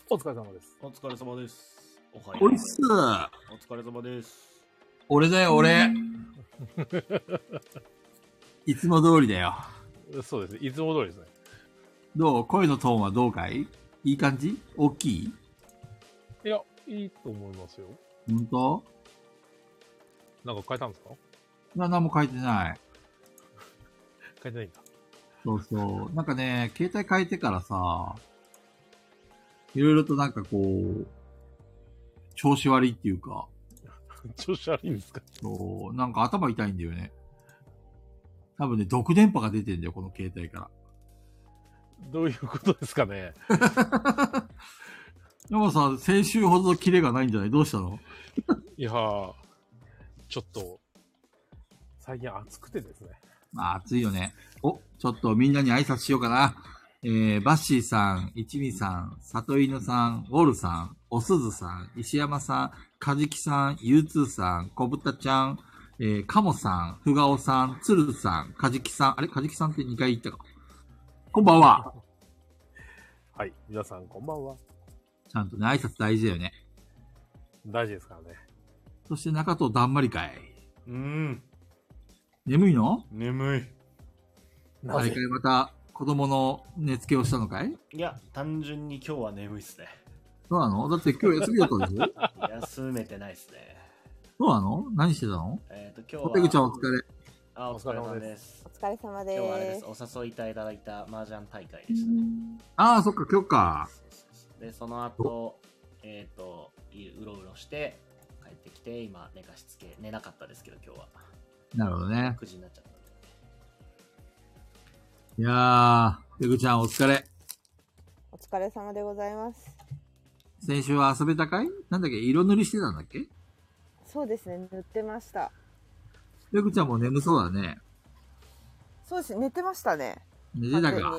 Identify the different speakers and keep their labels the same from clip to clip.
Speaker 1: お疲れ様です。
Speaker 2: お疲れ様です。おはよう。
Speaker 3: おいっす。
Speaker 2: お疲れ様です。
Speaker 3: 俺だよ、俺。いつも通りだよ。
Speaker 1: そうですね。いつも通りですね。
Speaker 3: どう？声のトーンはどうかい？いい感じ？大きい？
Speaker 1: いや、いいと思いますよ。
Speaker 3: ほんと？
Speaker 1: なんか変えたんですか？
Speaker 3: 何も書いてない。
Speaker 1: 変えてないんだ。
Speaker 3: そうそう。なんかね、携帯変えてからさ、いろいろとなんかこう、調子悪いっていうか、
Speaker 1: 調子悪いんですか？
Speaker 3: そう、なんか頭痛いんだよね。多分ね、毒電波が出てんだよ、この携帯から。
Speaker 1: どういうことですかね？
Speaker 3: でもさ、先週ほどキレがないんじゃない？どうしたの？
Speaker 1: いやー、ちょっと、最近暑くてですね。
Speaker 3: まあ、暑いよね。お、ちょっとみんなに挨拶しようかな。バッシーさん、一味さん、里犬さん、ウォルさん、おすずさん、石山さん、かじきさん、ゆうつーさん、こぶたちゃん、かもさん、ふがおさん、つるさん、かじきさん、あれかじきさんって2回言ったか。こんばんは。
Speaker 1: はい、皆さんこんばんは。
Speaker 3: ちゃんとね、挨拶大事だよね。
Speaker 1: 大事ですからね。
Speaker 3: そして中藤だんまりかい。眠いの？
Speaker 2: 眠い。
Speaker 1: なぜ？
Speaker 3: 大会また子供の寝付けをしたのかい？
Speaker 2: いや、単純に今日は眠いっすね。
Speaker 3: そうなの？だって今日休みだったでしょ？
Speaker 2: 休めてないっすね。
Speaker 3: そうなの？何してたの？
Speaker 2: 今日は。
Speaker 3: ペグちゃんお疲れ。
Speaker 2: あ、お疲れ様です。
Speaker 4: お疲れ様です。
Speaker 2: 今日はあれです。お誘いいただいた麻雀大会でしたね。
Speaker 3: ああ、そっか、今日か。
Speaker 2: で、その後、うろうろして、帰ってきて、今、寝かしつけ、寝なかったですけど、今日は。
Speaker 3: なるほどね。
Speaker 2: 9時になっちゃったんで。
Speaker 3: いやー、ペグちゃんお疲れ。
Speaker 4: お疲れ様でございます。
Speaker 3: 先週は遊べたかい？なんだっけ、色塗りしてたんだっけ？
Speaker 4: そうですね、塗ってました。
Speaker 3: ペグちゃんも眠そうだね。
Speaker 4: そうですね、寝てましたね。
Speaker 3: 寝てたか。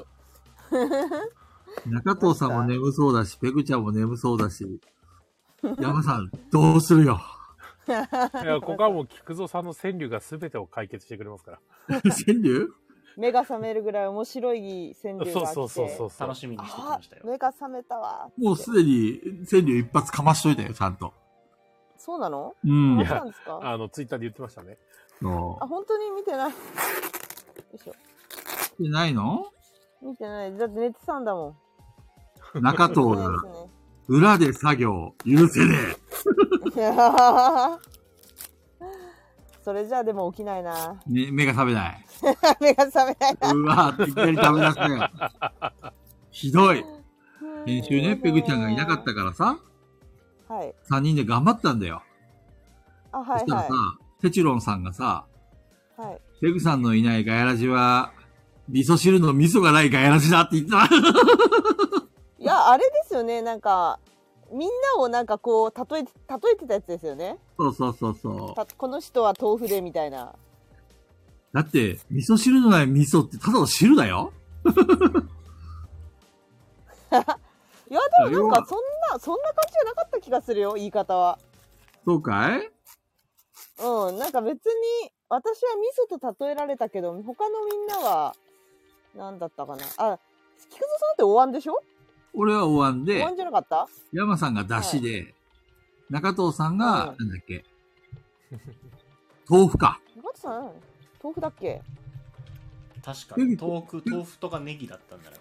Speaker 3: 中藤さんも眠そうだし、ペグちゃんも眠そうだし。山さん、どうするよ。
Speaker 1: いや、ここはもう菊蔵さんの川柳が全てを解決してくれますから。
Speaker 3: 川柳？
Speaker 4: 目が覚めるぐらい面白い川柳があって。
Speaker 1: そう。
Speaker 2: 楽しみにしてきましたよ。
Speaker 4: 目が覚めたわ。
Speaker 3: もうすでに川柳一発かましといたよ、ちゃんと。
Speaker 4: そうなの？
Speaker 3: うん。
Speaker 4: いや、
Speaker 1: ツイッターで言ってましたね。
Speaker 3: そう。
Speaker 4: あ、本当に見てない。よいしょ。
Speaker 3: 見てないの？
Speaker 4: 見てない。だって寝てたんだも
Speaker 3: ん。中藤が、裏で作業、許せね
Speaker 4: え。いやそれじゃあでも起きないな。
Speaker 3: ね、目が覚めない。
Speaker 4: 目が覚めないな。
Speaker 3: うわぁ、いきなり食べ出したよ。ひどい。先週ね、ペグちゃんがいなかったからさ、
Speaker 4: はい。
Speaker 3: 3人で頑張ったんだよ。
Speaker 4: あ、はいはい。
Speaker 3: そしたらさ、テチロンさんがさ、
Speaker 4: はい。
Speaker 3: ペグさんのいないガヤラジは、味噌汁の味噌がないガヤラジだって言ってた。
Speaker 4: いや、あれですよね、なんか、みんなをなんかこう、例えてたやつですよね。
Speaker 3: そう。
Speaker 4: この人は豆腐でみたいな。
Speaker 3: だって、味噌汁のない味噌ってただの汁だよ。
Speaker 4: いや、でもなんかそんな感じじゃなかった気がするよ、言い方は。
Speaker 3: そうかい？
Speaker 4: うん、なんか別に、私は味噌と例えられたけど、他のみんなは、何だったかな。あ、菊蔵さんってお椀でしょ？
Speaker 3: 俺はお椀で、
Speaker 4: お椀じゃなかった？
Speaker 3: 山さんが出汁で、はい、中藤さんが、なんだっけ、豆腐か。
Speaker 4: 中藤さん、豆腐だっけ？
Speaker 2: 確かに、豆腐とかネギだったんだよ。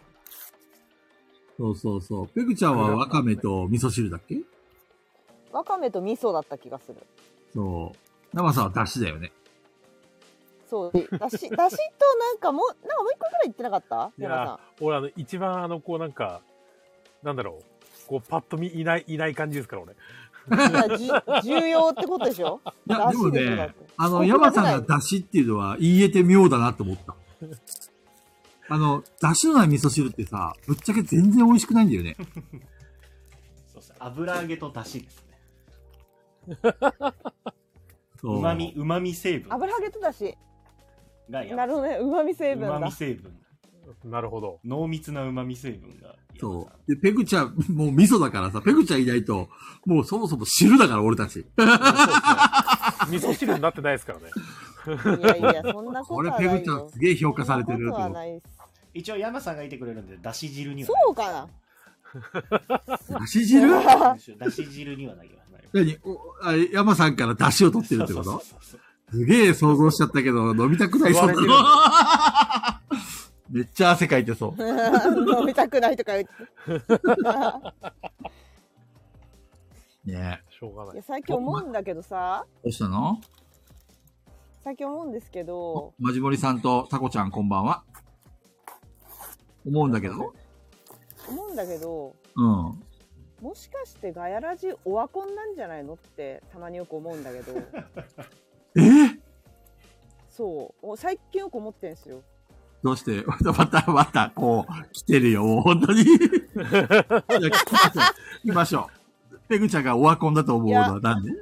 Speaker 3: そう。ペグちゃんはわかめと味噌汁だっけ？
Speaker 4: わかめと味噌だった気がする。
Speaker 3: そう。生さんは出汁だよね。
Speaker 4: そう。だしとなんかもう一個くらい言ってなかった？
Speaker 1: いや、俺一番こうなんか、なんだろう、こうパッと見いない感じですから、俺。
Speaker 4: いや、重要ってことでしょ？
Speaker 3: いや、でもね、山さんが出汁っていうのは言えて妙だなって思った。出汁のない味噌汁ってさ、ぶっちゃけ全然美味しくないんだよね。
Speaker 2: そうですね。油揚げと出汁ですね。
Speaker 3: そう。
Speaker 2: うまみ成分。
Speaker 4: 油揚げと出汁。
Speaker 2: なる
Speaker 4: ほどね。うまみ成分だ。
Speaker 2: うまみ成分。
Speaker 1: なるほど。
Speaker 2: 濃密なうまみ成分が。
Speaker 3: そう。で、ペグちゃん、もう味噌だからさ、ペグちゃんいないと、もうそもそも汁だから、俺たち。
Speaker 1: そうですね。味噌汁になってないですからね。
Speaker 4: いや、そんなことはないよ。
Speaker 3: これペグちゃんすげえ評価されてる。
Speaker 2: 一応山さんがいてくれるんで、だし汁には。
Speaker 4: そうかな。
Speaker 3: だし汁
Speaker 2: だし汁にはなります。
Speaker 3: 何山さんから出汁を取ってるってこと
Speaker 2: そうそうそう
Speaker 3: すげえ想像しちゃったけど、飲みたくないそうだ
Speaker 1: 吸
Speaker 3: な。めっちゃ汗かいてそう。
Speaker 4: 飲みたくないとか言って。
Speaker 3: ね
Speaker 1: しょうがない
Speaker 4: いや、。最近思うんだけどさ、
Speaker 3: どうしたの
Speaker 4: 最近思うんですけど、
Speaker 3: まじもりさんとタコちゃんこんばんは。思うんだけどうん。
Speaker 4: もしかしてガヤラジオワコンなんじゃないのってたまによく思うんだけど、そう最近よく思ってんすよ。
Speaker 3: どうしてまた、こう、来てるよ、もう本当に。じゃあ聞きましょう。ペグちゃんがオワコンだと思うのはなんで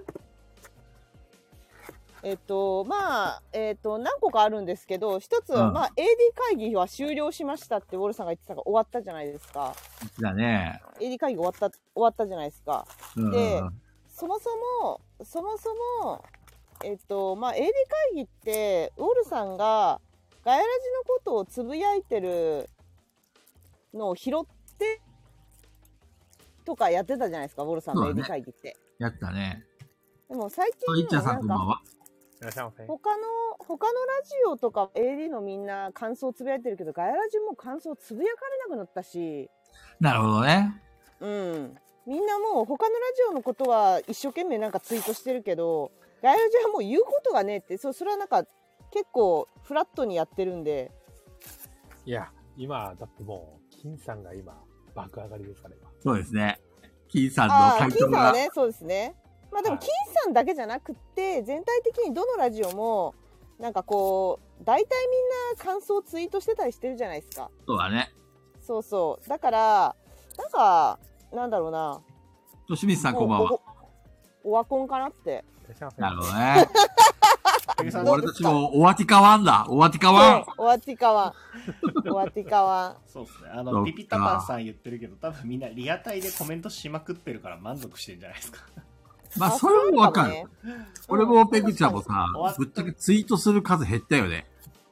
Speaker 4: 何個かあるんですけど、一つは、
Speaker 3: うん
Speaker 4: AD 会議は終了しましたってウォルさんが言ってたから終わったじゃないですか。
Speaker 3: だね。
Speaker 4: AD 会議終わったじゃないですか。
Speaker 3: うん
Speaker 4: でそもそも、AD 会議って、ウォルさんがガヤラジのことをつぶやいてるのを拾ってとかやってたじゃないですか、ウォルさんの
Speaker 3: そうだね
Speaker 4: AD 会議って。
Speaker 3: やったね。
Speaker 4: でも最近
Speaker 3: いっちゃんさんこんばんは。
Speaker 1: いらっしゃいませ。
Speaker 4: 他のラジオとか AD のみんな感想つぶやいてるけど、ガヤラジも感想つぶやかれなくなったし、
Speaker 3: なるほどね。
Speaker 4: みんなもう他のラジオのことは一生懸命なんかツイートしてるけど、ガヤラジはもう言うことがねえって、それはなんか結構フラットにやってるんで。
Speaker 1: いや、今、だってもう、金さんが今、爆上がりですから、今。
Speaker 3: そうですね。金さんの回答が。
Speaker 4: 金さんはね、そうですね。まあでも金さんだけじゃなくって、全体的にどのラジオもなんかこう大体みんな感想ツイートしてたりしてるじゃないですか。
Speaker 3: そうだね。
Speaker 4: そうそう。だからなんかなんだろうな。
Speaker 3: としみつさんこんばんは。
Speaker 4: オワコンかなって。
Speaker 3: なるほどね。俺たちもオワティカワンだ。オワティカワン。
Speaker 4: オワティカワン。オワティカワン。
Speaker 2: そうですね。ピピタパンさん言ってるけど、多分みんなリアタイでコメントしまくってるから満足してんじゃないですか。
Speaker 3: まあ、それもわかる。俺もペグちゃんもさ、ぶっちゃけツイートする数減ったよね。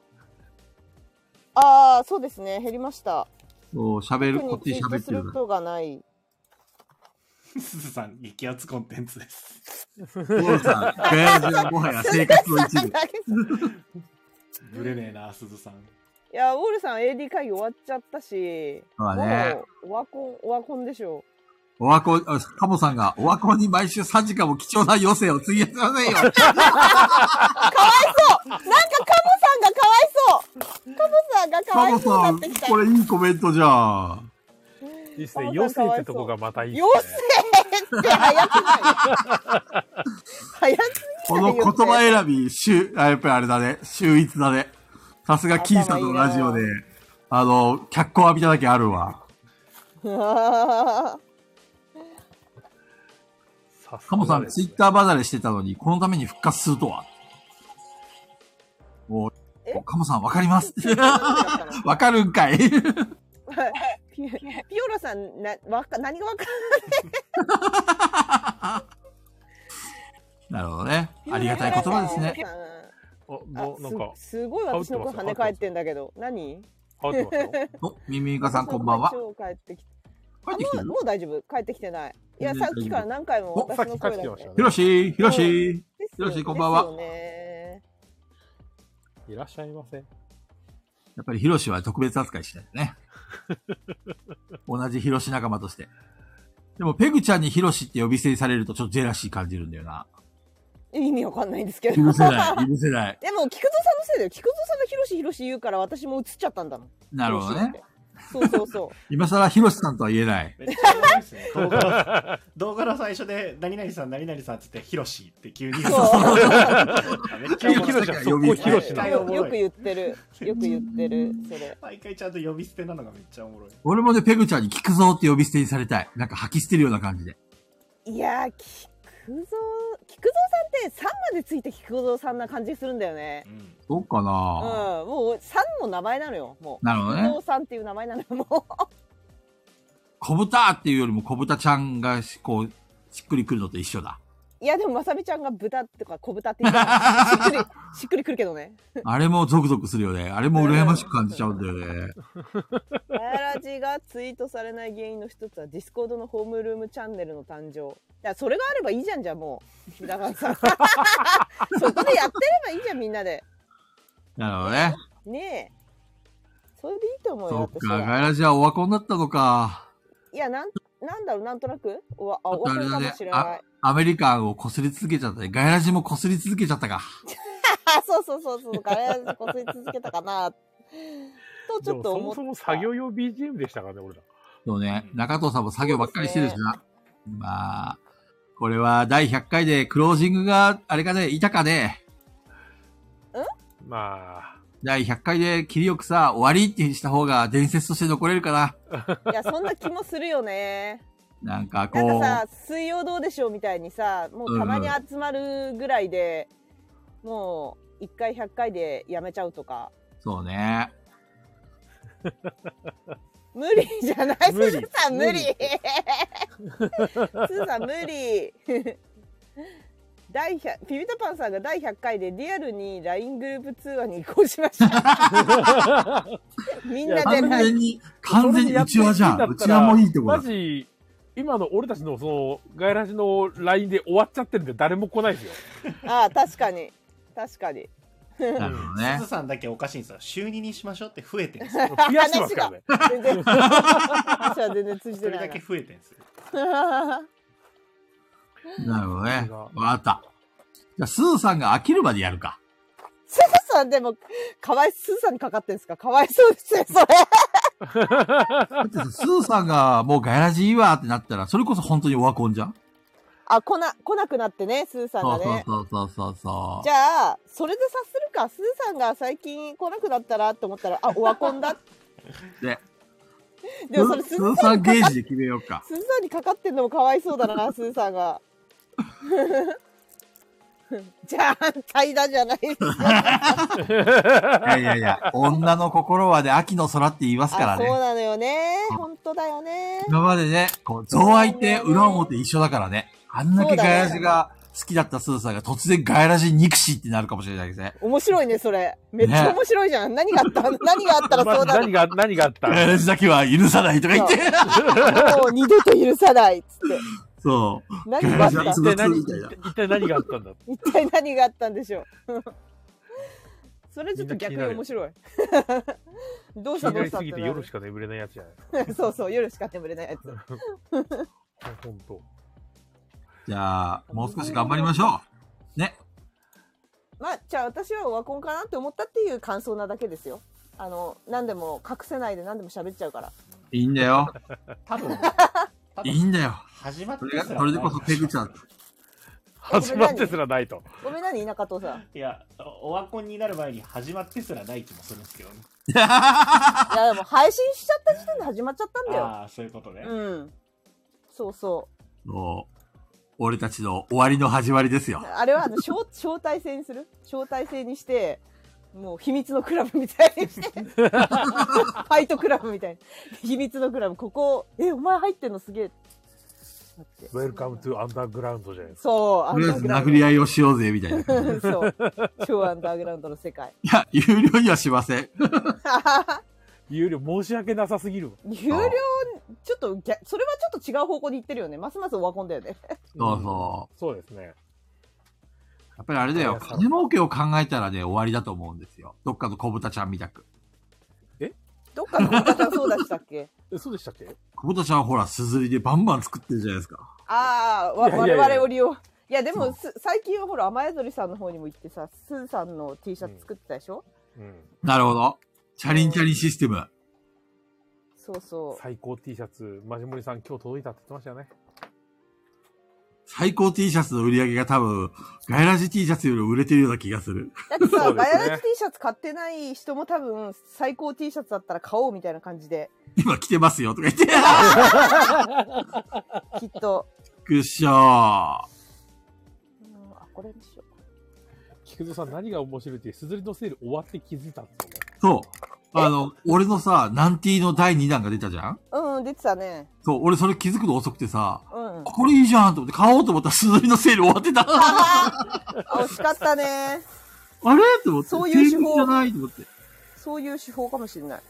Speaker 4: ああ、そうですね。減りました。
Speaker 3: そう、喋る、こっち喋ってる。
Speaker 4: ツイートすることがない。
Speaker 2: すずさん、激アツコンテンツです。
Speaker 3: そうさ、ガヤラジはもはや生活の一部。
Speaker 2: ぶれねえな、すずさん。
Speaker 4: いや、ウォールさん AD 会議終わっちゃったし、
Speaker 3: そうだね。
Speaker 4: もうオワコンでしょ。
Speaker 3: オワコン、カモさんが、オワコンに毎週3時間も貴重な余生を費やせませんよ。
Speaker 4: かわいそうなんかカモさんがかわいそうカモさんがかわいそうになってきた。
Speaker 3: これいいコメントじゃん。
Speaker 1: いいっすね。余生ってとこがまたいいっすね。
Speaker 4: 余生って早くない早すぎない
Speaker 3: この言葉選び、やっぱりあれだね。秀逸だね。さすがキーさんのラジオで、脚光浴びただけあるわ。カモさん、ツイッター離れしてたのに、このために復活するとは。カモさん、わかります。わかるんかい。
Speaker 4: ピオロさん、何がわかんない
Speaker 3: なるほどね。ありがたい言葉ですね。
Speaker 1: なんか
Speaker 4: すごい私の声跳ね返ってんだけど、何？
Speaker 1: 羽織ってますよ。
Speaker 3: お、ミミミカさんこんばんは。
Speaker 4: 帰ってきて。
Speaker 3: 帰ってきてる？
Speaker 4: もう大丈夫。帰ってきてない。いや、さっきから何回も私の声だけ。
Speaker 3: ひろしこんばんは。
Speaker 1: いらっしゃいませ。
Speaker 3: やっぱりひろしは特別扱いしないとね。同じひろし仲間として。でも、ペグちゃんにひろしって呼び捨てにされるとちょっとジェラシー感じるんだよな。
Speaker 4: 意味わかんないんですけど。
Speaker 3: 許せない、許せない。
Speaker 4: でも、菊蔵さんのせいだよ。菊蔵さんがひろし言うから私も映っちゃったんだもん。
Speaker 3: なるほどね。
Speaker 4: そうそうそう。
Speaker 3: 今更ひろしさんとは言えない。
Speaker 2: めっちゃ面白いですね。動画の最初で、何々さんって言って、ひろしって急に。めっちゃ面白い。
Speaker 4: よく言ってる。よく言ってる。それ。
Speaker 2: 毎回ちゃんと呼び捨てなのがめっちゃおもろい。
Speaker 3: 俺もね、ペグちゃんに聞くぞって呼び捨てにされたい。なんか吐き捨てるような感じで。
Speaker 4: いやー、菊蔵さんって3までついて菊蔵さんな感じするんだよね。
Speaker 3: そうかな。
Speaker 4: もう3の名前なのよ。もう。
Speaker 3: なるほどね。
Speaker 4: 菊蔵さんっていう名前なのよ。もう。
Speaker 3: 小豚っていうよりも小豚ちゃんがこうしっくりくるのと一緒だ。
Speaker 4: いやでもまさみちゃんが豚とか小豚って言ったらしっくりくるけどね。
Speaker 3: あれもゾクゾクするよね。あれも羨ましく感じちゃうんだよね。
Speaker 4: ガヤラジがツイートされない原因の一つはディスコードのホームルームチャンネルの誕生。いやそれがあればいいじゃん、じゃあもう。だからさ、そこでやってればいいじゃん、みんなで。
Speaker 3: なるほどね。
Speaker 4: ねえ。それでいいと思うよ、
Speaker 3: そっか、
Speaker 4: 私は。
Speaker 3: ガイラジはオワコンだったのか。
Speaker 4: いや、なんだろう、なんとなくおわかるかもしれない。
Speaker 3: アメリカンを擦り続けちゃったね。ガイラジも擦り続けちゃったか。
Speaker 4: そう、ガヤラジこすり続けたかな、とちょっと思った。
Speaker 1: そもそも作業用 BGM でしたからね、俺ら。
Speaker 3: そうね。中藤さんも作業ばっかりしてるしな。まあ、これは第100回でクロージングが、あれかね、いたかね。
Speaker 1: まあ。
Speaker 3: 第100回で切りよくさ、終わりってした方が伝説として残れるかな。
Speaker 4: いや、そんな気もするよね。
Speaker 3: なんかこう。
Speaker 4: なんかさ、水曜どうでしょうみたいにさ、もうたまに集まるぐらいで、もう1回100回でやめちゃうとか。
Speaker 3: そうね。
Speaker 4: 無理じゃない？
Speaker 1: 無理。
Speaker 4: すずさん無理。すずさん無理。ピピタパンさんが第100回でリアルに LINE グループ通話に移行しました。みんなで
Speaker 3: 完全にうちわじゃん。うちわもいいところ。
Speaker 1: マジ、今の俺たちのその、ガイラジの LINE で終わっちゃってるんで誰も来ないですよ。
Speaker 4: ああ、確かに。確かに。
Speaker 3: なるほどね。
Speaker 2: すずさんだけおかしいんですよ。週2にしましょうって増えてるんですよ。
Speaker 1: 増やしてますからね。
Speaker 4: 全然。私は全然通じてないな。
Speaker 2: それだけ増えてるんですよ。
Speaker 3: なるほどね。わかった。じゃあ、スーさんが飽きるまでやるか。
Speaker 4: スーさんでも、スーさんにかかってんですか？かわいそうですよ、それ。
Speaker 3: だってさ、スーさんがもうガヤラジいいわってなったら、それこそ本当にオワコンじゃん？
Speaker 4: あ、来なくなってね、スーさんがね。
Speaker 3: そう。
Speaker 4: じゃあ、それで察するか。スーさんが最近来なくなったらって思ったら、あ、オワコンだ。
Speaker 3: で、
Speaker 4: でもそれ
Speaker 3: スーさんゲージで決めようか。
Speaker 4: スーさんにかかってんのもかわいそうだな、スーさんが。じゃあ、反対だじゃないですか。
Speaker 3: いや、女の心はね、秋の空って言いますからね。
Speaker 4: そうなのよね。本当だよね。
Speaker 3: 今までね、こう、増愛って裏表一緒だからね。あんだけガヤラジが好きだったスーさんが突然ガヤラジ憎しってなるかもしれないですね。
Speaker 4: 面白いね、それ。めっちゃ面白いじゃん。何があったらそうだ。
Speaker 1: 何があった
Speaker 3: ガヤラジだけは許さないとか言って。
Speaker 4: もう二度と許さないっつって。
Speaker 3: そう。
Speaker 4: 何があった
Speaker 1: 一体何があったんだ。
Speaker 4: 一体何があったんでしょう。それちょっと逆に面白い。どうした
Speaker 1: 気になりすぎて夜しか眠れないやつじゃない。
Speaker 4: そう、夜しか眠れないやつ。
Speaker 1: 本当。
Speaker 3: じゃあ、もう少し頑張りましょう。ね。
Speaker 4: まあ、じゃあ私はオワコンかなって思ったっていう感想なだけですよ。何でも隠せないで何でも喋っちゃうから。
Speaker 3: いいんだよ。
Speaker 2: 多分
Speaker 3: いいんだよ。
Speaker 2: 始まってすら
Speaker 3: それでこそ手口だ。
Speaker 1: 始まってすらないと。
Speaker 4: ごめん、何中藤さん。
Speaker 2: いや、オワコンになる前に始まってすらない気もするんですけどね。
Speaker 4: いや、でも配信しちゃった時点で始まっちゃったんだよ。
Speaker 2: ああ、そういうことね。
Speaker 4: うん。そうそう。
Speaker 3: もう、俺たちの終わりの始まりですよ。
Speaker 4: あれは招待制にする？招待制にして、もう秘密のクラブみたいにして。ファイトクラブみたいな。秘密のクラブ、ここ、お前入ってんのすげえ。
Speaker 1: ウェルカムトゥアンダーグラウンドじゃないですか。
Speaker 4: そう、
Speaker 3: とりあえず殴り合いをしようぜ、みたいな。
Speaker 4: そう。超アンダーグラウンドの世界。
Speaker 3: いや、有料にはしません。
Speaker 1: 有料申し訳なさすぎる。
Speaker 4: 有料、ちょっと、それはちょっと違う方向に行ってるよね。ますますオワコンだよね。
Speaker 1: そうですね。
Speaker 3: やっぱりあれだよ。金儲けを考えたらね、終わりだと思うんですよ。どっかの小豚ちゃんみたく。
Speaker 4: どっかの小豚ちゃんそうでしたっけ？
Speaker 1: そうでしたっけ？
Speaker 3: 小豚ちゃんほら、すずりでバンバン作ってるじゃないですか。
Speaker 4: ああ、我々を利用。いや、でも、最近はほら、雨宿りさんの方にも行ってさ、スーさんの T シャツ作ってたでしょ？
Speaker 3: なるほど。チャリンチャリンシステム。
Speaker 4: そうそう。
Speaker 1: 最高 T シャツ、マジモリさん今日届いたって言ってましたよね。
Speaker 3: 最高 T シャツの売り上げが多分、ガヤラジ T シャツより売れてるような気がする。
Speaker 4: だってさ、ガヤラジ T シャツ買ってない人も多分、最高 T シャツだったら買おうみたいな感じで。
Speaker 3: 今着てますよとか言って。
Speaker 4: きっと。
Speaker 3: くっしょー。
Speaker 4: これにしよう。
Speaker 1: 菊蔵さん何が面白いって、すずりのセール終わって気づいたんですよね。
Speaker 3: そう。 俺のさ、ナンティの第2弾が出たじゃん。
Speaker 4: うん、出てたね。
Speaker 3: そう、俺それ気づくの遅くてさ、
Speaker 4: うん。
Speaker 3: これいいじゃんと思って買おうと思ったら、鈴木のセール終わってた。
Speaker 4: 惜しかったね。
Speaker 3: あれと思って。
Speaker 4: そういう手法
Speaker 3: セールじゃないと思って。
Speaker 4: そういう手法かもしれない。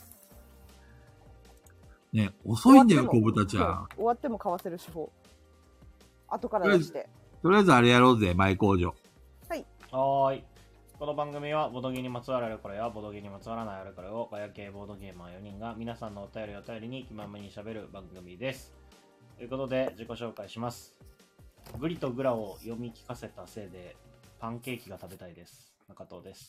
Speaker 3: ね、遅いんだよ、小豚ちゃん。
Speaker 4: 終わっても買わせる手法。後から出して。
Speaker 3: とりあえずあれやろうぜ、マイ工場。
Speaker 2: はーい。この番組はボドゲにまつわるあれこれやボドゲにまつわらないあれこれをガヤ系ボードゲーマー4人が皆さんのお便りを頼りに気ままに喋る番組です。ということで自己紹介します。グリとグラを読み聞かせたせいでパンケーキが食べたいです。中藤です。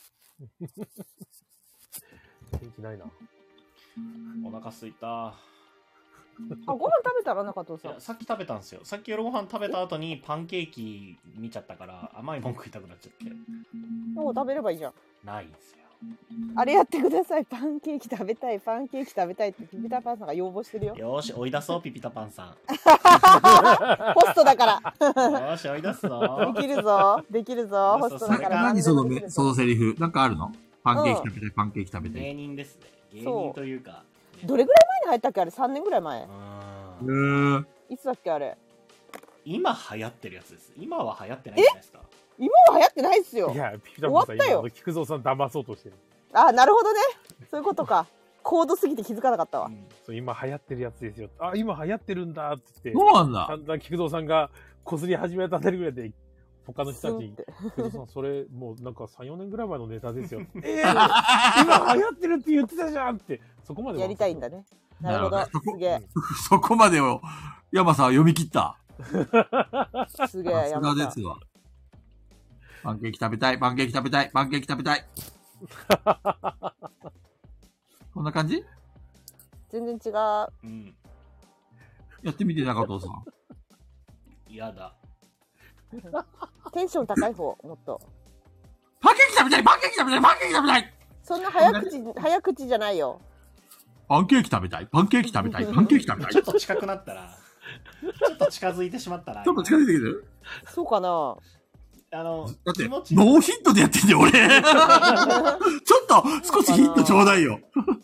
Speaker 1: 元気ないな。
Speaker 2: お腹すいた。
Speaker 4: あ、ご飯食べたら中藤さん。
Speaker 2: さっき食べたんですよ。さっき夜ご飯食べた後にパンケーキ見ちゃったから甘いもん食いたくなっちゃって。
Speaker 4: もう食べればいいじゃん。
Speaker 2: ないんですよ。
Speaker 4: あれやってください。パンケーキ食べたい、パンケーキ食べたいってピピタパンさんが要望してるよ。
Speaker 2: よーし追い出そうピピタパンさん。
Speaker 4: ホストだから。
Speaker 2: よーし追い出すぞ。
Speaker 4: できるぞ。できるぞ。ホストだから。
Speaker 3: 何そのセリフなんかあるの？パンケーキ食べたい、パンケーキ食べたい。
Speaker 2: 芸人ですね。芸人というか。
Speaker 4: どれぐらい前に入ったっけあれ3年ぐらい前。いつだっけあれ。
Speaker 2: 今流行ってるやつです。今は流行ってないじゃないですか。
Speaker 4: 今は流行ってないっすよ。
Speaker 1: いや、ピピタ
Speaker 4: 終
Speaker 1: パンさん
Speaker 4: わったよ。
Speaker 1: 菊蔵さん騙そうとしてる。
Speaker 4: あ、なるほどね。そういうことか。高度すぎて気づかなかったわ。
Speaker 1: そう今流行ってるやつですよ。あ、今流行ってるんだって言って。
Speaker 3: そうなんだ。
Speaker 1: だんだん菊蔵さんがこすり始めたあたりぐらいで、他の人たちに、菊蔵さん、それもうなんか3、4年ぐらい前のネタですよ。今流行ってるって言ってたじゃんって、そこまで
Speaker 4: やりたいんだね。なるほど。すげえ。
Speaker 3: そこまでを山さんは読み切った。
Speaker 4: すげえ、
Speaker 3: 山さん。ですわ。パンケーキ食べたい、パンケーキ食べたい、パンケーキ食べたい。こんな感じ？
Speaker 4: 全然違う。
Speaker 2: うん。
Speaker 3: やってみて、中藤さん。
Speaker 2: 嫌だ。
Speaker 4: テンション高い方、もっと。
Speaker 3: パンケーキ食べたい、パンケーキ食べたい、パンケーキ食べたい。
Speaker 4: そんな早口じゃないよ。
Speaker 3: パンケーキ食べたい、パンケーキ食べたい、パンケーキ食べたい。
Speaker 2: ちょっと近くなったら、ちょっと近づいてしまったら。
Speaker 3: ちょっと近づいてきてる？
Speaker 4: そうかな。
Speaker 3: だって、ノーヒントでやってんだよ、俺。ちょっと、少しヒントちょうだいよ。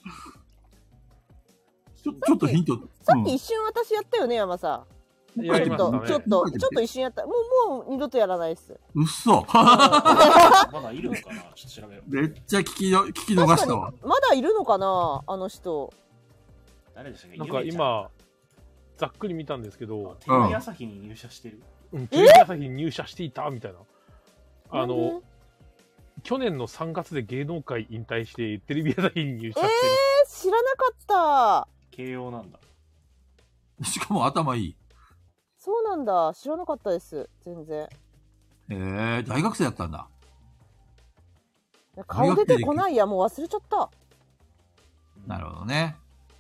Speaker 3: ちょっとヒント。
Speaker 4: さっき一瞬私やったよね、山さん。ちょっと一瞬やった。もう二度とやらないっす。
Speaker 3: うっそ。
Speaker 2: まだいるのかなちょっと調べよう。
Speaker 3: めっちゃ聞き逃したわ。
Speaker 4: まだいるのかなあの人。
Speaker 2: 誰でしたっけ？
Speaker 1: なんか今、ざっくり見たんですけど、
Speaker 2: テレビ朝日に入社してる？
Speaker 1: テレビ朝日に入社していたみたいな。去年の3月で芸能界引退してテレビ朝日に入社してる。
Speaker 4: 知らなかった。
Speaker 2: 慶応なんだ。
Speaker 3: しかも頭いい。
Speaker 4: そうなんだ。知らなかったです。全然。
Speaker 3: 大学生だったんだ。
Speaker 4: 顔出てこないや。もう忘れちゃった。
Speaker 3: なるほどね。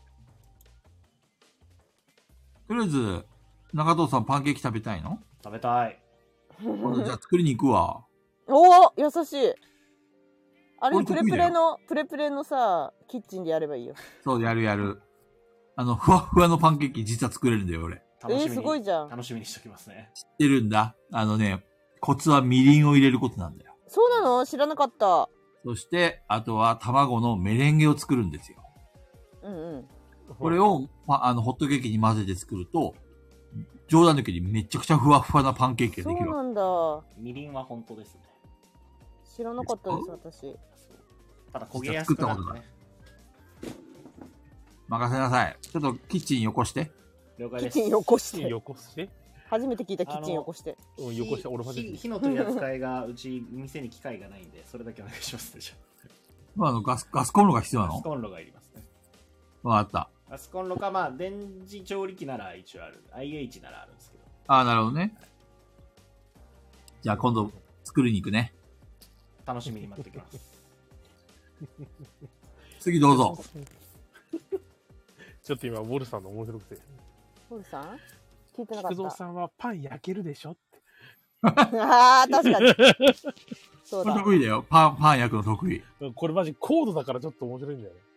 Speaker 3: とりあえず、中藤さんパンケーキ食べたいの？
Speaker 2: 食べたい。
Speaker 3: じゃあ作りに行くわ。
Speaker 4: おお、優しい。あれ、プレプレのさ、キッチンでやればいいよ。
Speaker 3: そう、やる。ふわふわのパンケーキ実は作れるんだよ、俺。
Speaker 4: すごいじゃん。
Speaker 2: 楽しみにしときますね。
Speaker 3: 知ってるんだ。コツはみりんを入れることなんだよ。
Speaker 4: そうなの？知らなかった。
Speaker 3: そして、あとは卵のメレンゲを作るんですよ。これを、ホットケーキに混ぜて作ると、冗談抜きにめちゃくちゃふわふわなパンケーキができる。
Speaker 4: そうなんだ。
Speaker 2: みりんは本当ですね。
Speaker 4: 知らなかったです、私。
Speaker 2: ただ焦げやすくなるね。
Speaker 3: 任せなさい。ちょっとキッチンよこして。
Speaker 2: 了解です。
Speaker 4: キッチンよこして。
Speaker 1: よこして。
Speaker 4: 初めて聞いたキッチンよこして。
Speaker 1: よこして、俺初めて。
Speaker 2: 火の取り扱いが、うち店に機械がないんで、それだけお願いしますでしょ。
Speaker 3: ガスコンロが必要なの？
Speaker 2: ガスコンロがいりますね。
Speaker 3: わかった。
Speaker 2: ガスコンロか、電磁調理器なら一応ある。IH ならあるんですけど。
Speaker 3: なるほどね。じゃあ今度作りに行くね。
Speaker 2: 楽しみに待っておきます。
Speaker 3: 次どうぞ。
Speaker 1: ちょっと今、ウォルさんの面白くて。
Speaker 4: ウォルさん聞いてなかった。
Speaker 1: 菊蔵さんはパン焼けるでしょって。
Speaker 4: ああ、確かに。そうだ。
Speaker 3: 得意だよ。パン焼くの得意。
Speaker 1: これマジ高度だからちょっと面白いんだよね。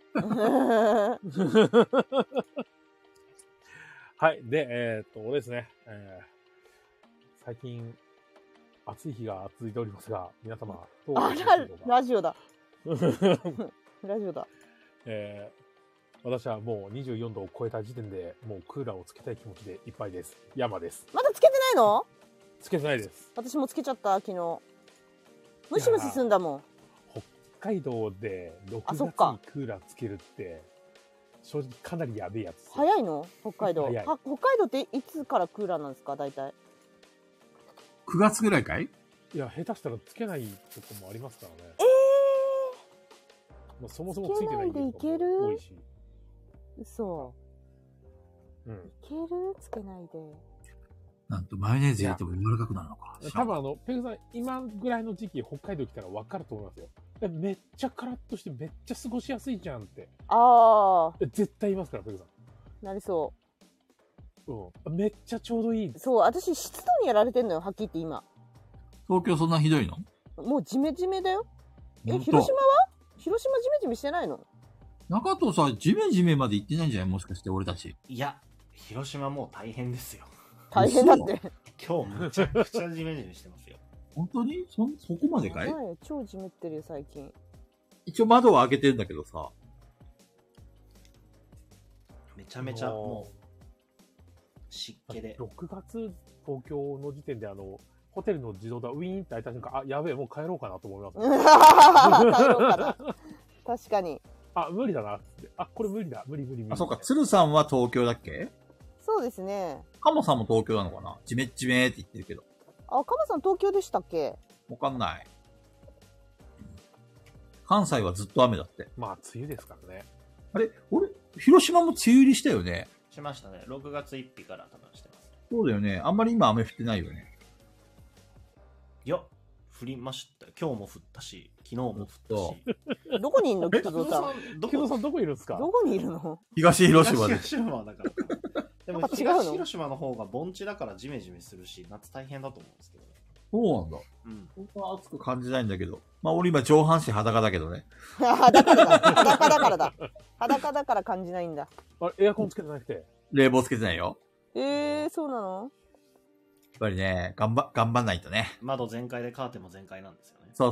Speaker 1: はい。で、俺ですね。最近、暑い日が続いておりますが、皆様、どう
Speaker 4: ラジオだ。 ラジオだ。
Speaker 1: 私はもう24度を超えた時点でもうクーラーをつけたい気持ちでいっぱいです。山です。
Speaker 4: まだつけてないの？
Speaker 1: つけてないです。
Speaker 4: 私もつけちゃった、昨日。ムシムシすんだもん。
Speaker 1: 北海道で6月にクーラーつけるって、正直かなりやべえやつ。
Speaker 4: 早いの？北海道。
Speaker 1: 早い。
Speaker 4: 北海道っていつからクーラーなんですか、大体。
Speaker 3: 9月ぐらいかい？
Speaker 1: いや、下手したらつけないとこもありますからね。もうそもそもついてない
Speaker 4: でいける？
Speaker 1: 多いし。
Speaker 4: 嘘。
Speaker 1: うん。
Speaker 4: いける？つけないで。
Speaker 3: なんとマヨネーズ入れても柔らかくなるのか。
Speaker 1: 多分ペグさん、今ぐらいの時期、北海道来たら分かると思いますよ。めっちゃカラッとしてめっちゃ過ごしやすいじゃんって。
Speaker 4: ああ。
Speaker 1: 絶対言いますから、ペグさん。
Speaker 4: なりそう。
Speaker 1: うん。めっちゃちょうどいい。
Speaker 4: そう、私湿度にやられてんのよ、はっきり言って今。
Speaker 3: 東京そんなひどいの？
Speaker 4: もうジメジメだよ。広島は？広島ジメジメしてないの？
Speaker 3: 中藤さん、ジメジメまで行ってないんじゃない？もしかして俺たち。
Speaker 2: いや、広島もう大変ですよ。
Speaker 4: 大変だって。
Speaker 2: 今日むちゃくちゃジメジメしてますよ。
Speaker 3: 本当にそこまでかい？
Speaker 4: 超ジメってるよ、最近。
Speaker 3: 一応窓は開けてるんだけどさ。
Speaker 2: めちゃめちゃもう、湿気で。
Speaker 1: 6月、東京の時点でホテルの自動ドアウィーンって開いた瞬間、あ、やべえ、もう帰ろうかなと思います、ね。
Speaker 4: 帰ろうかな。確かに。
Speaker 1: あ、無理だなって。あ、これ無理だ。無理。
Speaker 3: あ、そうか。鶴さんは東京だっけ？
Speaker 4: そうですね。
Speaker 3: カモさんも東京なのかな？ジメジメって言ってるけど。
Speaker 4: あ、カモさん東京でしたっけ？
Speaker 3: わかんない。関西はずっと雨だって。
Speaker 1: まあ、梅雨ですからね。
Speaker 3: あれ？広島も梅雨入りしたよね？
Speaker 2: しましたね。6月1日から多分してます。
Speaker 3: そうだよね。あんまり今雨降ってないよね。
Speaker 2: いや、降りました。今日も降ったし、昨日も降ったし。
Speaker 4: どこにいるの？菊蔵さん。
Speaker 1: 菊蔵さんどこいるんですか？
Speaker 4: どこにいるの？
Speaker 3: 東広島で。
Speaker 2: 東広島だから。でも東広島の方が盆地だからジメジメするし、夏大変だと思うんですけどね。
Speaker 3: そうなんだ。
Speaker 2: うん。
Speaker 3: 本当は暑く感じないんだけど。まあ俺今上半身裸だけどね。
Speaker 4: 裸だからだ。裸だから感じないんだ。
Speaker 1: あ、エアコンつけてなくて。
Speaker 3: 冷房つけてないよ。
Speaker 4: そうなの？
Speaker 3: やっぱりね、頑張んないとね。
Speaker 2: 窓全開でカーテンも全開なんですよね。
Speaker 3: そう。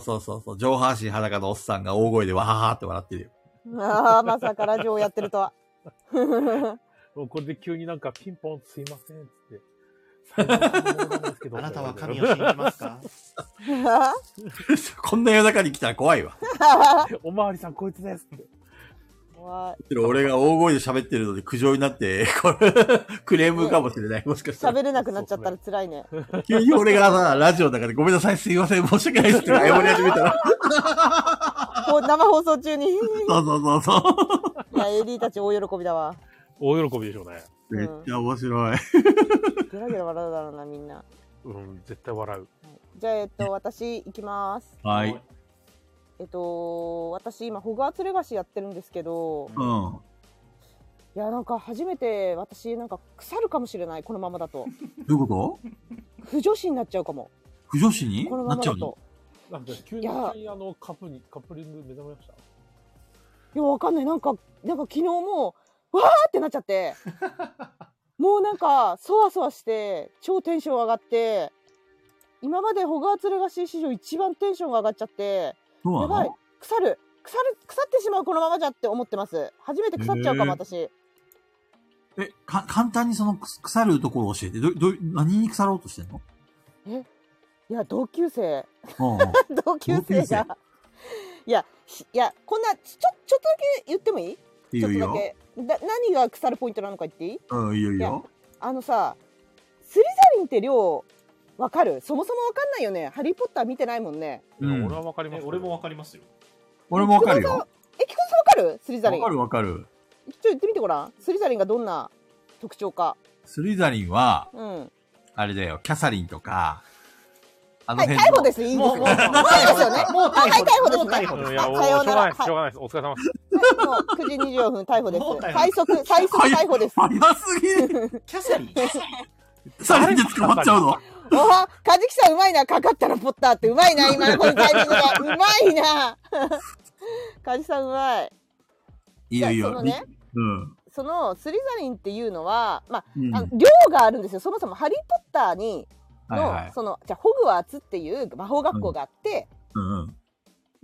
Speaker 3: 上半身裸のおっさんが大声でわははって笑ってるよ。
Speaker 4: ああ、まさかラジオやってるとは。
Speaker 1: もうこれで急になんかピンポンすいませんって。
Speaker 2: あなたは神を信じますか？
Speaker 3: こんな夜中に来たら怖いわ。
Speaker 1: おまわりさんこいつですって。
Speaker 3: 俺が大声で喋ってるので苦情になって、これ、クレームかもしれない。もしかしたら。
Speaker 4: 喋れなくなっちゃったら辛いね。
Speaker 3: 急に俺がさ、ラジオの中でごめんなさい、すいません、申し訳ないですって謝り始めたら。
Speaker 4: 生放送中に。
Speaker 3: そう。
Speaker 4: いや、AD たち大喜びだわ。
Speaker 1: 大喜びでしょうね。
Speaker 3: めっちゃ面白い。
Speaker 4: ゲラゲラ笑うだろうな、みんな。
Speaker 1: うん、絶対笑う。
Speaker 4: じゃあ、私、行きます。
Speaker 3: はい。
Speaker 4: 私、今、ホグワーツレガシーやってるんですけど、いや、なんか、初めて、私、なんか、腐るかもしれない、このままだと。
Speaker 3: どういうこと？
Speaker 4: 不女子になっちゃうかも。
Speaker 3: 不女子に
Speaker 4: このままだと。
Speaker 1: なんか、急にカップリング目覚めました？い
Speaker 4: や、わかんない。なんか昨日も、わーってなっちゃって、もうなんか、そわそわして、超テンション上がって、今までホグワーツレガシー史上一番テンションが上がっちゃって、やばい、腐ってしまうこのままじゃって思ってます。初めて腐っちゃうかも、私。
Speaker 3: 簡単にその腐るところを教えて。何に腐ろうとしてんの？
Speaker 4: いや、同級生。
Speaker 3: 同
Speaker 4: 級生が。いや、こんな、ちょっとだけ言ってもいい？
Speaker 3: いいよいいよ。
Speaker 4: 何が腐るポイントなのか言っていい？
Speaker 3: うん、いいよいいよ。
Speaker 4: さ、スリザリンって量、わかる？そもそもわかんないよね。ハリーポッター見てないもんね。
Speaker 1: 俺はわかります。
Speaker 2: 俺もわかりますよ。
Speaker 3: 俺もわかるよ。
Speaker 4: 菊田さんわかる？スリザリン。
Speaker 3: わかる。
Speaker 4: ちょっと言ってみてごらん。スリザリンがどんな特徴か。
Speaker 3: スリザリンは、あれだよ、キャサリンとか、
Speaker 4: はい、逮捕です。いいんですよ。もう逮捕ですね。
Speaker 1: さようなら。しょうがないです。お疲れ様です。
Speaker 4: もう9時24分逮捕です。最速逮捕です。
Speaker 3: 早すぎる。
Speaker 2: キャサリン。
Speaker 3: キャサリンで捕まっちゃうの？
Speaker 4: おは、カジキさんうまいな。かかったらポッターってうまいな。今のこのタイミングが。うまいな。カジキさんうまい。
Speaker 3: いいよいいよ。
Speaker 4: そのスリザリンっていうのは、まあ、量があるんですよ。そもそもハリー・ポッターに、じゃあホグワーツっていう魔法学校があって、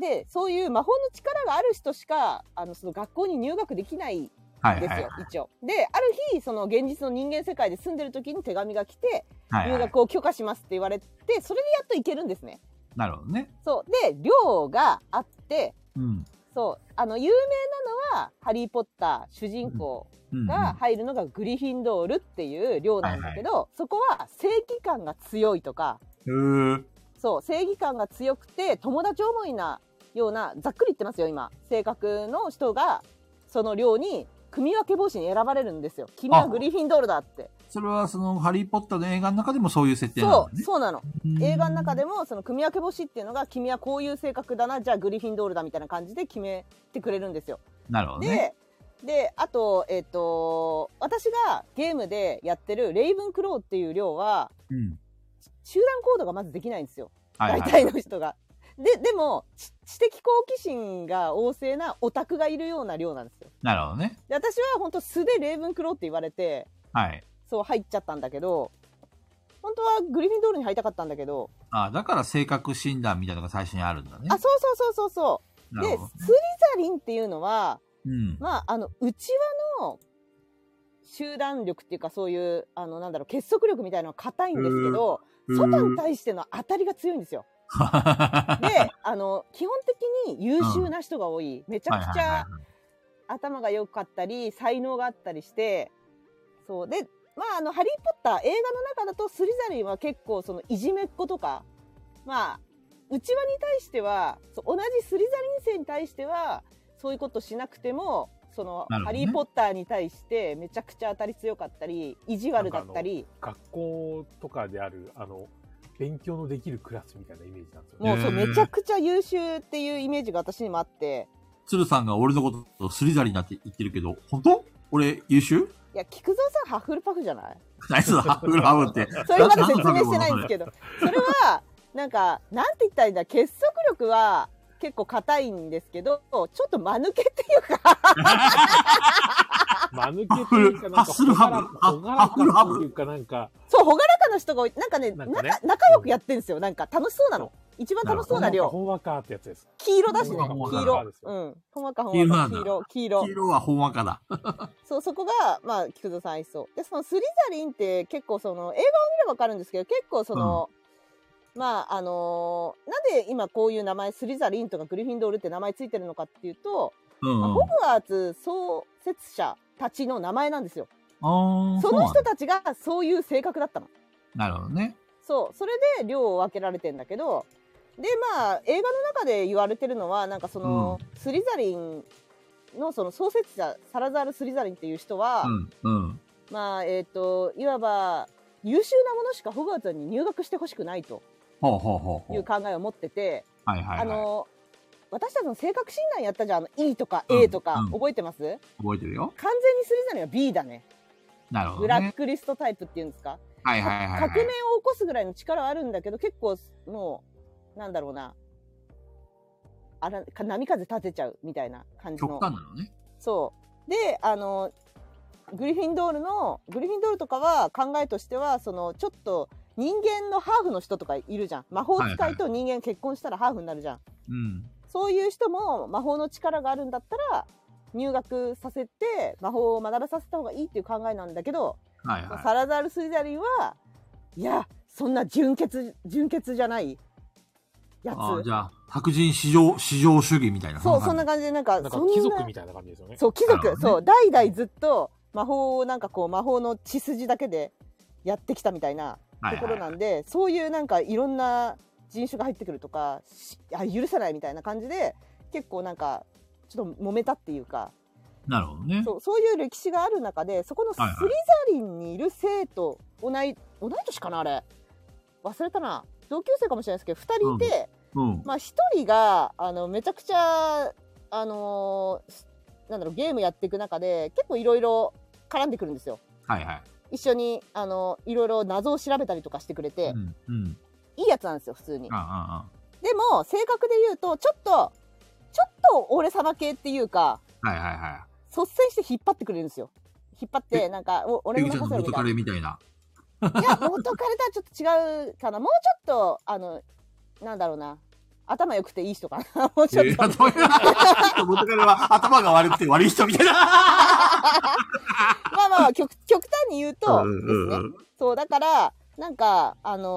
Speaker 4: で、そういう魔法の力がある人しか、その学校に入学できないんですよ、一応。で、ある日、その現実の人間世界で住んでる時に手紙が来て、入学を許可しますって言われて、それでやっと行けるんですね。
Speaker 3: なるほどね。
Speaker 4: そう。で、寮があって、
Speaker 3: うん。
Speaker 4: そう。有名なのは、ハリー・ポッター主人公が入るのがグリフィンドールっていう寮なんだけど、そこは正義感が強いとか、そう、正義感が強くて、友達思いなような、ざっくり言ってますよ、今。性格の人が、その寮に、組分け帽子に選ばれるんですよ。君はグリフィンドールだって。
Speaker 3: それはそのハリーポッターの映画の中でもそういう設定なのね。
Speaker 4: そうなの。映画の中でもその組分け星っていうのが君はこういう性格だな、じゃあグリフィンドールだみたいな感じで決めてくれるんですよ。
Speaker 3: なるほどね。
Speaker 4: で、あと、私がゲームでやってるレイブンクローっていう寮は、集団行動がまずできないんですよ。大体の人が。でも、知的好奇心が旺盛なオタクがいるような寮なんですよ。
Speaker 3: なるほどね。
Speaker 4: で、私は本当素でレイブンクローって言われて、
Speaker 3: はい。
Speaker 4: そう入っちゃったんだけど、本当はグリフィンドールに入りたかったんだけど。
Speaker 3: だから性格診断みたいなのが最初にあるんだね。
Speaker 4: そう。で、スリザリンっていうのは、まあ、内輪の集団力っていうかそういう、結束力みたいなのは硬いんですけど、外に対しての当たりが強いんですよ。で、基本的に優秀な人が多い。めちゃくちゃ頭が良かったり、才能があったりして、そう。で、まあ、ハリー・ポッター、映画の中だとスリザリンは結構そのいじめっ子とか、まあ、内輪に対しては、同じスリザリン生に対しては、そういうことしなくても、その、ハリー・ポッターに対してめちゃくちゃ当たり強かったり、意地悪だったり。
Speaker 1: 学校とかである、勉強のできるクラスみたいなイメージなんですよ
Speaker 4: ね。もうそう、めちゃくちゃ優秀っていうイメージが私にもあって。
Speaker 3: 鶴さんが俺のことスリザリンだって言ってるけど、本当？俺優秀？
Speaker 4: いや、菊蔵さんハッフルパフじゃない？
Speaker 3: 何そのハッフルパフって。
Speaker 4: それまだ説明してないんですけど。それは、なんて言ったらいいんだ、結束力は結構硬いんですけど、ちょっと間抜けっていうか。
Speaker 1: 間抜けっていうか、なんか、ほがらかっていうか、なんか。
Speaker 4: そう、ほがらかな人が多い。仲良くやってるんですよ。なんか楽しそうなの。一番楽しそうな量。
Speaker 1: ほんわかってやつです。
Speaker 4: 黄色だしね。黄色。うん。ほんわか。黄色。
Speaker 3: 黄色はほんわかだ。
Speaker 4: そう、そこが、まあ、菊蔵さん合いそう。で、そのスリザリンって結構その、映画を見ればわかるんですけど、結構その、まあ、なんで今こういう名前、スリザリンとかグリフィンドールって名前ついてるのかっていうと、ホグワーツ創設者たちの名前なんですよ。その人たちがそういう性格だったの。
Speaker 3: なるほどね。
Speaker 4: そう。それで寮を分けられてんだけど、で、まあ、映画の中で言われてるのは、なんかその、スリザリンのその創設者、サラザール・スリザリンっていう人は、まあ、いわば、優秀なものしかホグワーツに入学してほしくないという考えを持ってて、私たちの性格診断やったじゃん。E とか A とか、覚えてます？
Speaker 3: 覚えてるよ。
Speaker 4: 完全にスリザリンは B だね。
Speaker 3: なるほど、ね。
Speaker 4: ブラックリストタイプっていうんですか？革命を起こすぐらいの力はあるんだけど、結構もう、なんだろうな。波風立てちゃうみたいな感じの。
Speaker 3: 極端なのね。
Speaker 4: そう。で、グリフィンドールとかは考えとしては、その、ちょっと人間のハーフの人とかいるじゃん。魔法使いと人間結婚したらハーフになるじゃん。そういう人も魔法の力があるんだったら、入学させて魔法を学ばさせた方がいいっていう考えなんだけど、サラザール・スリザリンは、いや、そんな純血じゃないやつ。
Speaker 3: じゃあ、白人至上主義みたいな。
Speaker 4: そう、そんな感じで、なんか
Speaker 1: 貴族みたいな感じですよね。
Speaker 4: そう、貴族、そう、代々ずっと魔法を魔法の血筋だけでやってきたみたいなところなんで、そういうなんかいろんな人種が入ってくるとか、許さないみたいな感じで、結構なんか、ちょっと揉めたっていうか。
Speaker 3: なるほどね。
Speaker 4: そういう歴史がある中で、そこのスリザリンにいる生徒、同い年かなあれ。忘れたな。同級生かもしれないですけど、2人いて、まあ1人が、めちゃくちゃ、なんだろう、ゲームやっていく中で、結構いろいろ絡んでくるんですよ。一緒に、いろいろ謎を調べたりとかしてくれて、いいやつなんですよ、普通に。でも、性格で言うと、ちょっと俺様系っていうか、率先して引っ張ってくれるんですよ。引っ張って、なんか、俺の任せろみたいな。
Speaker 3: 元彼みたいな。
Speaker 4: いや、元彼とはちょっと違うかな。もうちょっと、なんだろうな。 頭良くていい人かな。もうちょっと。
Speaker 3: 元彼は頭が悪くて悪い人みたいな。
Speaker 4: まあ、極端に言うと、ですね。そう、だから、なんか、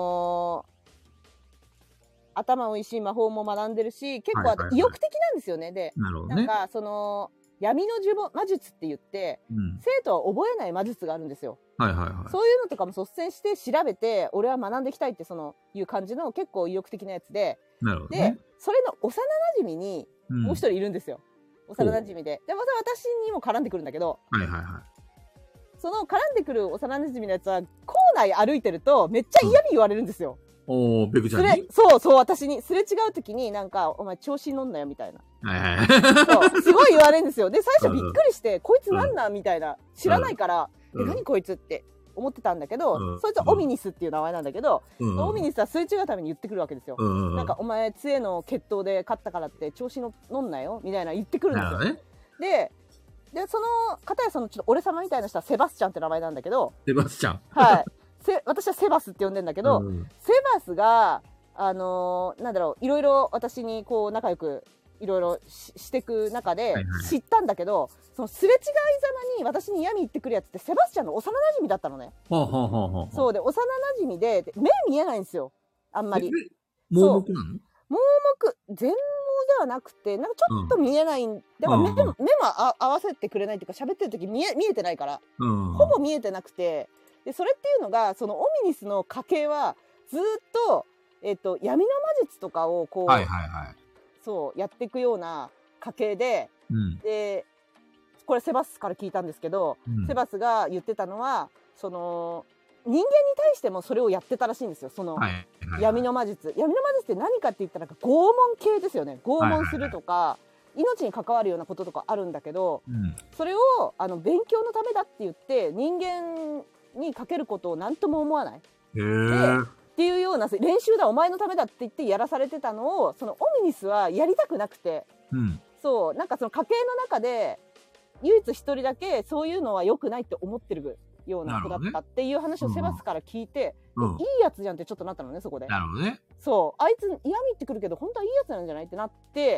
Speaker 4: 頭もいいし、魔法も学んでるし、結構意欲的なんですよね。で、
Speaker 3: なるほどね。
Speaker 4: なんか、闇の魔術って言って、生徒は覚えない魔術があるんですよ。
Speaker 3: はいはいはい。
Speaker 4: そういうのとかも率先して調べて、俺は学んでいきたいっていう感じの結構意欲的なやつで、
Speaker 3: なるほど、ね。
Speaker 4: で、それの幼馴染にもう一人いるんですよ。幼馴染で。で、また私にも絡んでくるんだけど、
Speaker 3: はいはいはい。
Speaker 4: その絡んでくる幼馴染のやつは、校内歩いてるとめっちゃ嫌味言われるんですよ。
Speaker 3: おー、ベクちゃんに
Speaker 4: そう、私に。すれ違う時になんか、お前調子乗んなよみたいな。
Speaker 3: はいはい。
Speaker 4: そう、すごい言われるんですよ。で、最初びっくりして、こいつなんなんみたいな。知らないから、何こいつって思ってたんだけど、そいつはオミニスっていう名前なんだけど、オミニスはすれ違うために言ってくるわけですよ。なんか、お前、杖の決闘で勝ったからって調子乗んなよみたいな言ってくるんですよ。で、その方やちょっと俺様みたいな人はセバスチャンって名前なんだけど、
Speaker 3: セバスチャン。
Speaker 4: はい。私はセバスって呼んでんだけど、セバスが、なんだろう、いろいろ私にこう仲良くいろいろしていく中で知ったんだけど、そのすれ違いざまに私に嫌味言ってくるやつってセバスチャンの幼馴染だったのね。そうで、幼馴染で、目見えないんですよ。あんまり。
Speaker 3: 盲目なの？
Speaker 4: 盲目、全盲ではなくて、なんかちょっと見えないんだから目も合わせてくれないっていうか、喋ってる時見えてないから、ほぼ見えてなくて、で、それっていうのが、そのオミニスの家系は、ずっと、闇の魔術とかをこう、そう、やっていくような家系で、で、これセバスから聞いたんですけど、セバスが言ってたのは、人間に対してもそれをやってたらしいんですよ、闇の魔術。闇の魔術って何かって言ったら、拷問系ですよね。拷問するとか、命に関わるようなこととかあるんだけど、それを、勉強のためだって言って、人間にかけることを何とも思わない。っていうような練習だお前のためだって言ってやらされてたのをそのオミニスはやりたくなくて、そうなんかその家系の中で唯一一人だけそういうのは良くないって思ってるような子だったっていう話をセバスから聞いて、いいやつじゃんってちょっとなったのね、そこで。
Speaker 3: なるほどね。
Speaker 4: そうあいつ嫌味言ってくるけど本当はいいやつなんじゃないってなって、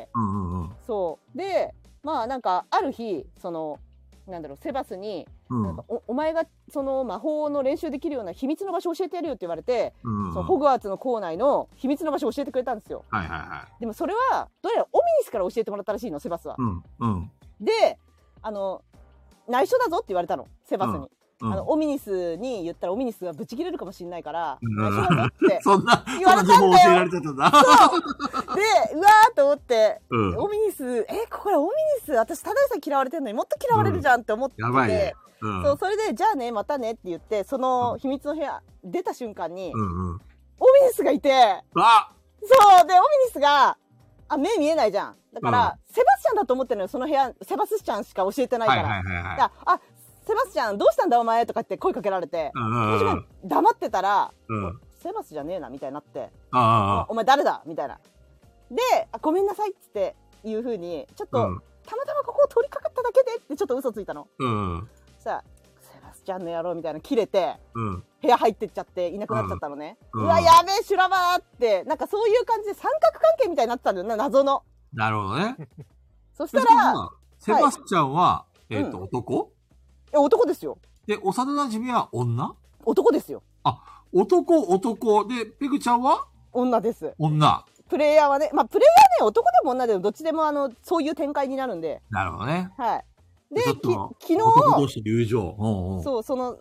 Speaker 4: そうでまあなんかある日なんだろうセバスに、なんかお前がその魔法の練習できるような秘密の場所教えてやるよって言われて、そのホグワーツの校内の秘密の場所を教えてくれたんですよ。でもそれはどうやらオミニスから教えてもらったらしいの、セバスは。で内緒だぞって言われたの、セバスに。オミニスに言ったらオミニスはブチ切れるかもしれないから内緒だぞって
Speaker 3: そんな
Speaker 4: 言われたんだよ。
Speaker 3: 教えられてたんだ。
Speaker 4: そうでうわーと思って、オミニスこれオミニス私ただでさえ嫌われてるのにもっと嫌われるじゃんって思ってて、
Speaker 3: やばいね。
Speaker 4: そうそれでじゃあねまたねって言ってその秘密の部屋出た瞬間に、オミニスがいて、そうでオミニスが目見えないじゃん。だから、セバスチャンだと思ってるのよ、その部屋セバスチャンしか教えてないから。セバスチャンどうしたんだお前とかって声かけられて、黙ってたら、セバスじゃねえなみたいになって、お前誰だみたいな。でごめんなさいっつっていう風にちょっと、たまたまここを通りかかっただけでってちょっと嘘ついたの。さあセバスチャンの野郎みたいな切れて、部屋入ってっちゃっていなくなっちゃったのね。うわやべえ修羅場ってなんかそういう感じで三角関係みたいになってたんだよな、謎の。
Speaker 3: なるほどね。
Speaker 4: そしたら
Speaker 3: セバスチャンは男？
Speaker 4: 男ですよ。
Speaker 3: で、幼馴染は女？
Speaker 4: 男ですよ。
Speaker 3: 男。で、ペグちゃんは
Speaker 4: 女です。
Speaker 3: 女。
Speaker 4: プレイヤーはね、プレイヤーね、男でも女でもどっちでもそういう展開になるんで。
Speaker 3: なるほどね。
Speaker 4: はい。で、昨日、
Speaker 3: 男同士友情。
Speaker 4: そう、その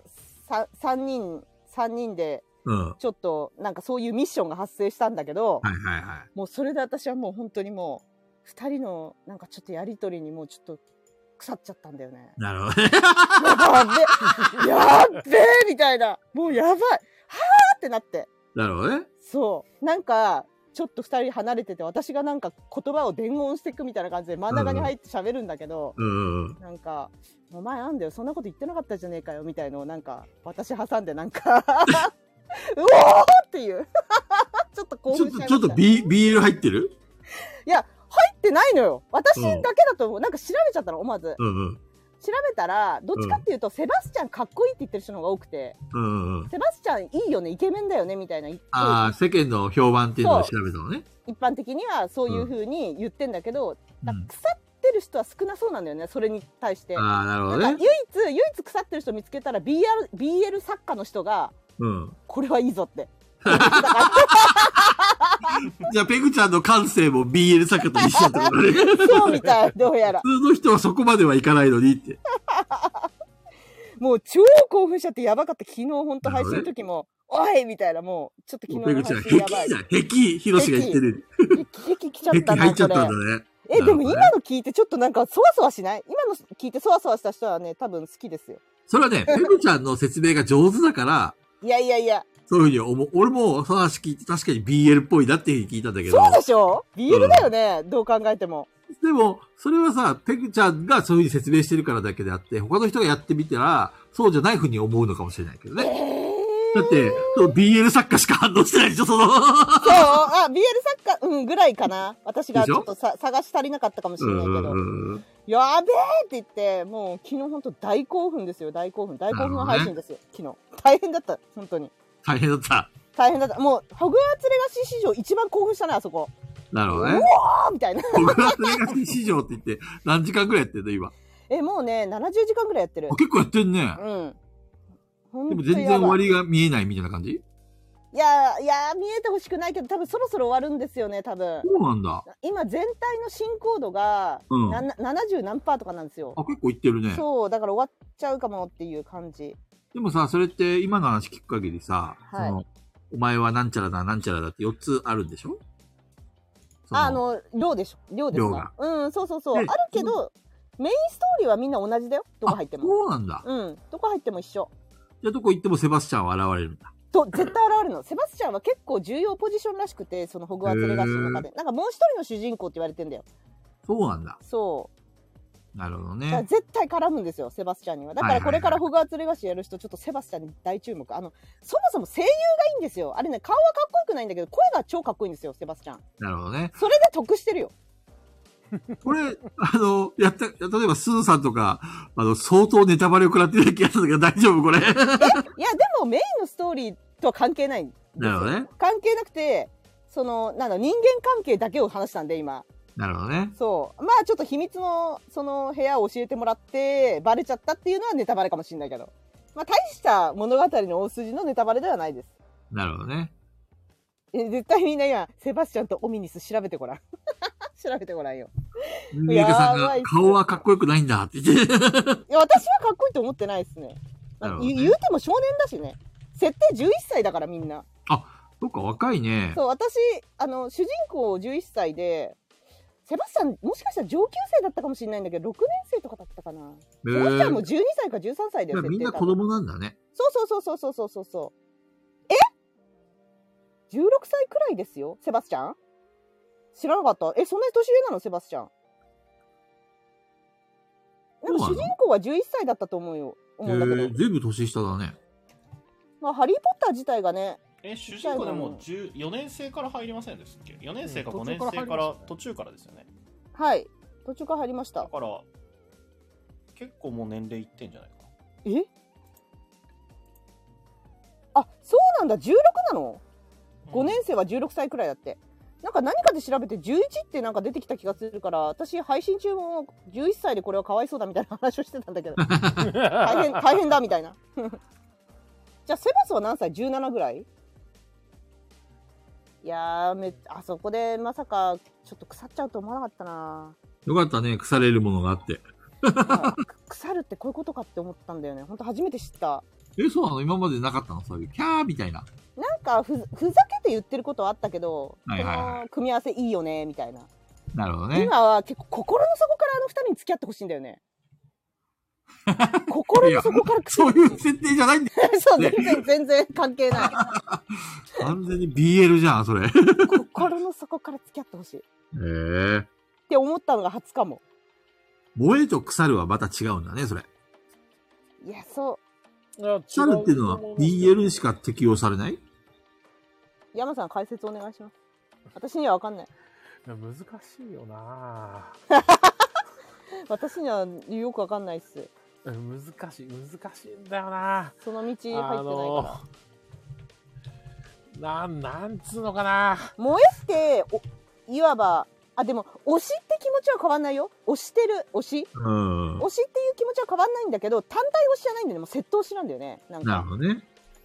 Speaker 4: 3人で、ちょっと、なんかそういうミッションが発生したんだけど、もうそれで私はもう本当にもう、2人のなんかちょっとやりとりにもうちょっと、腐っちゃったんだよね。
Speaker 3: なるほどね。
Speaker 4: やっべえみたいな。もうやばい。はーってなって。
Speaker 3: なるほどね。
Speaker 4: そう。なんか、ちょっと二人離れてて、私がなんか言葉を伝言していくみたいな感じで真ん中に入って喋るんだけど、なんか、お前なんだよ、そんなこと言ってなかったじゃねえかよ、みたいのをなんか、私挟んでなんか、うおーっていう。ちょっと興奮しちゃいました。
Speaker 3: ちょっとBL 入ってる？
Speaker 4: いや、入ってないのよ。私だけだと思う。なんか調べちゃったの、思わず。 調べたら、どっちかっていうと、セバスチャンかっこいいって言ってる人の方が多くて、セバスチャンいいよね、イケメンだよね、みたいな。
Speaker 3: ああ、世間の評判っていうのを調べたのね。
Speaker 4: 一般的にはそういう風に言ってんだけど、腐ってる人は少なそうなんだよね、それに対して。
Speaker 3: ああ、なるほどね。
Speaker 4: 唯一腐ってる人見つけたら BL 作家の人が、これはいいぞって。
Speaker 3: じゃあ、ペグちゃんの感性も BL 作家と一緒だったからね。
Speaker 4: そうみたい、どうやら。
Speaker 3: 普通の人はそこまではいかないのにって。
Speaker 4: もう超興奮しちゃってやばかった。昨日本当配信の時も、おいみたいな、もう、ちょっと昨日の配信やばい。
Speaker 3: 壁、ヒロシが言ってる。
Speaker 4: 壁来ちゃったな、
Speaker 3: 壁入っちゃったんだね。
Speaker 4: でも今の聞いてちょっとなんか、そわそわしない？今の聞いてそわそわした人はね、多分好きですよ。
Speaker 3: それはね、ペグちゃんの説明が上手だから、
Speaker 4: いや。
Speaker 3: そういうふうに俺もその話聞いて確かに BL っぽいなっていうふうに聞いたんだけど。
Speaker 4: そうでしょ？ BL だよね、どう考えても。
Speaker 3: でも、それはさ、ペグちゃんがそういうふうに説明してるからだけであって、他の人がやってみたら、そうじゃないふうに思うのかもしれないけどね。だって、BL 作家しか反応してないでしょ、そう、BL
Speaker 4: 作家、ぐらいかな。私がちょっと探し足りなかったかもしれないけど。やべえって言って、もう昨日本当大興奮ですよ、大興奮の配信ですよ、昨日。大変だった、本当に。
Speaker 3: 大変だった。
Speaker 4: もう、ホグワーツレガシー史上一番興奮したね、あそこ。
Speaker 3: なるほどね。
Speaker 4: うわーみたいな。
Speaker 3: ホグワーツレガシー史上って言って、何時間くらいやってんの、今。
Speaker 4: もうね、70時間くらいやってる。
Speaker 3: 結構やってんね。でも全然終わりが見えないみたいな感じ？
Speaker 4: いや、見えてほしくないけど、多分そろそろ終わるんですよね、多分。
Speaker 3: そうなんだ。
Speaker 4: 今、全体の進行度が、70何パーとかなんですよ。
Speaker 3: あ、結構いってるね。
Speaker 4: そう、だから終わっちゃうかもっていう感じ。
Speaker 3: でもさ、それって今の話聞く限りさ、お前はなんちゃらだ、なんちゃらだって4つあるんでしょ？
Speaker 4: 量ですか？そう。あるけど、メインストーリーはみんな同じだよ。どこ入っても。
Speaker 3: そうなんだ。
Speaker 4: どこ入っても一緒。
Speaker 3: じゃあどこ行ってもセバスチャンは現れるんだ。
Speaker 4: 絶対現れるの。セバスチャンは結構重要ポジションらしくて、そのホグワーツレガシーの中で。なんかもう一人の主人公って言われてんだよ。
Speaker 3: そうなんだ。
Speaker 4: そう。
Speaker 3: なるほどね。
Speaker 4: 絶対絡むんですよ、セバスチャンには。だからこれからホグワーツレガシーやる人、ちょっとセバスチャンに大注目。そもそも声優がいいんですよ。あれね、顔はかっこよくないんだけど、声が超かっこいいんですよ、セバスチャン。
Speaker 3: なるほどね。
Speaker 4: それで得してるよ。
Speaker 3: これ、例えばスーさんとか、相当ネタバレを食らってる気がするけど大丈夫これ。いや、で
Speaker 4: もメインのストーリーとは関係ない。
Speaker 3: なるほどね。
Speaker 4: 関係なくて、人間関係だけを話したんで、今。
Speaker 3: なるほどね。
Speaker 4: そう。まあちょっと秘密の、その部屋を教えてもらって、バレちゃったっていうのはネタバレかもしれないけど。まあ大した物語の大筋のネタバレではないです。
Speaker 3: なるほどね。
Speaker 4: 絶対みんな今、セバスチャンとオミニス調べてごらん。調べてごらんよ。
Speaker 3: ミカさんが顔はかっこよくないんだって言って。い
Speaker 4: や、私はかっこいいと思ってないですね。言うても少年だしね。設定11歳だからみんな。
Speaker 3: あ、そっか、若いね。
Speaker 4: そう、私、主人公11歳で、セバスチャン、もしかしたら上級生だったかもしれないんだけど、6年生とかだったかな。セバスチャンも12歳か13歳で
Speaker 3: みんな子供なんだね。
Speaker 4: そう。16歳くらいですよ、セバスチャン？知らなかった？そんなに年上なの、セバスチャン。なんか主人公は11歳だったと思うんだけど。
Speaker 3: 全部年下だね。
Speaker 4: まあ、ハリー・ポッター自体がね。
Speaker 2: 主人公でも4年生から入りませんでしたっけ？ 4 年生か5年生から途中からですよね。
Speaker 4: はい。途中から入りました。
Speaker 2: だから、結構もう年齢いってんじゃないか
Speaker 4: な。あ、そうなんだ、16なの？5年生は16歳くらいだって。なんか何かで調べて11ってなんか出てきた気がするから、私配信中も11歳でこれはかわいそうだみたいな話をしてたんだけど。大変だみたいな。じゃあセバスは何歳？ 17 ぐらい？いやー、あそこでまさかちょっと腐っちゃうと思わなかったな。
Speaker 3: よかったね、腐れるものがあって。
Speaker 4: 腐るってこういうことかって思ったんだよね。ほんと初めて知った。
Speaker 3: そうなの？今までなかったの？そういうキャーみたいな。
Speaker 4: なんかふざけて言ってることはあったけど、この組み合わせいいよねみたいな。なるほどね。今は結構心の底から2人に付き合ってほしいんだよね。心の底から
Speaker 3: そういう設定じゃないんだよ。
Speaker 4: そう、全然関係ない。
Speaker 3: 完全に BL じゃん、それ。
Speaker 4: 心の底から付き合ってほしい。って思ったのが初かも。
Speaker 3: 萌えと腐るはまた違うんだね、それ。
Speaker 4: いや、そう。
Speaker 3: 腐るっていうのは BL しか適用されない？
Speaker 4: 山さん解説お願いします。私には分かんない。
Speaker 1: 難しいよな
Speaker 4: 私にはよくわかんないっす。
Speaker 1: 難しいんだよな。
Speaker 4: その道入ってないから。
Speaker 1: なんつうのかな。
Speaker 4: 萌えっていわばでも推しって気持ちは変わんないよ。推してる推しっていう気持ちは変わんないんだけど、単体推しじゃないんだよね。もう窃盗推しなんだよね。なんか
Speaker 3: なるほどね。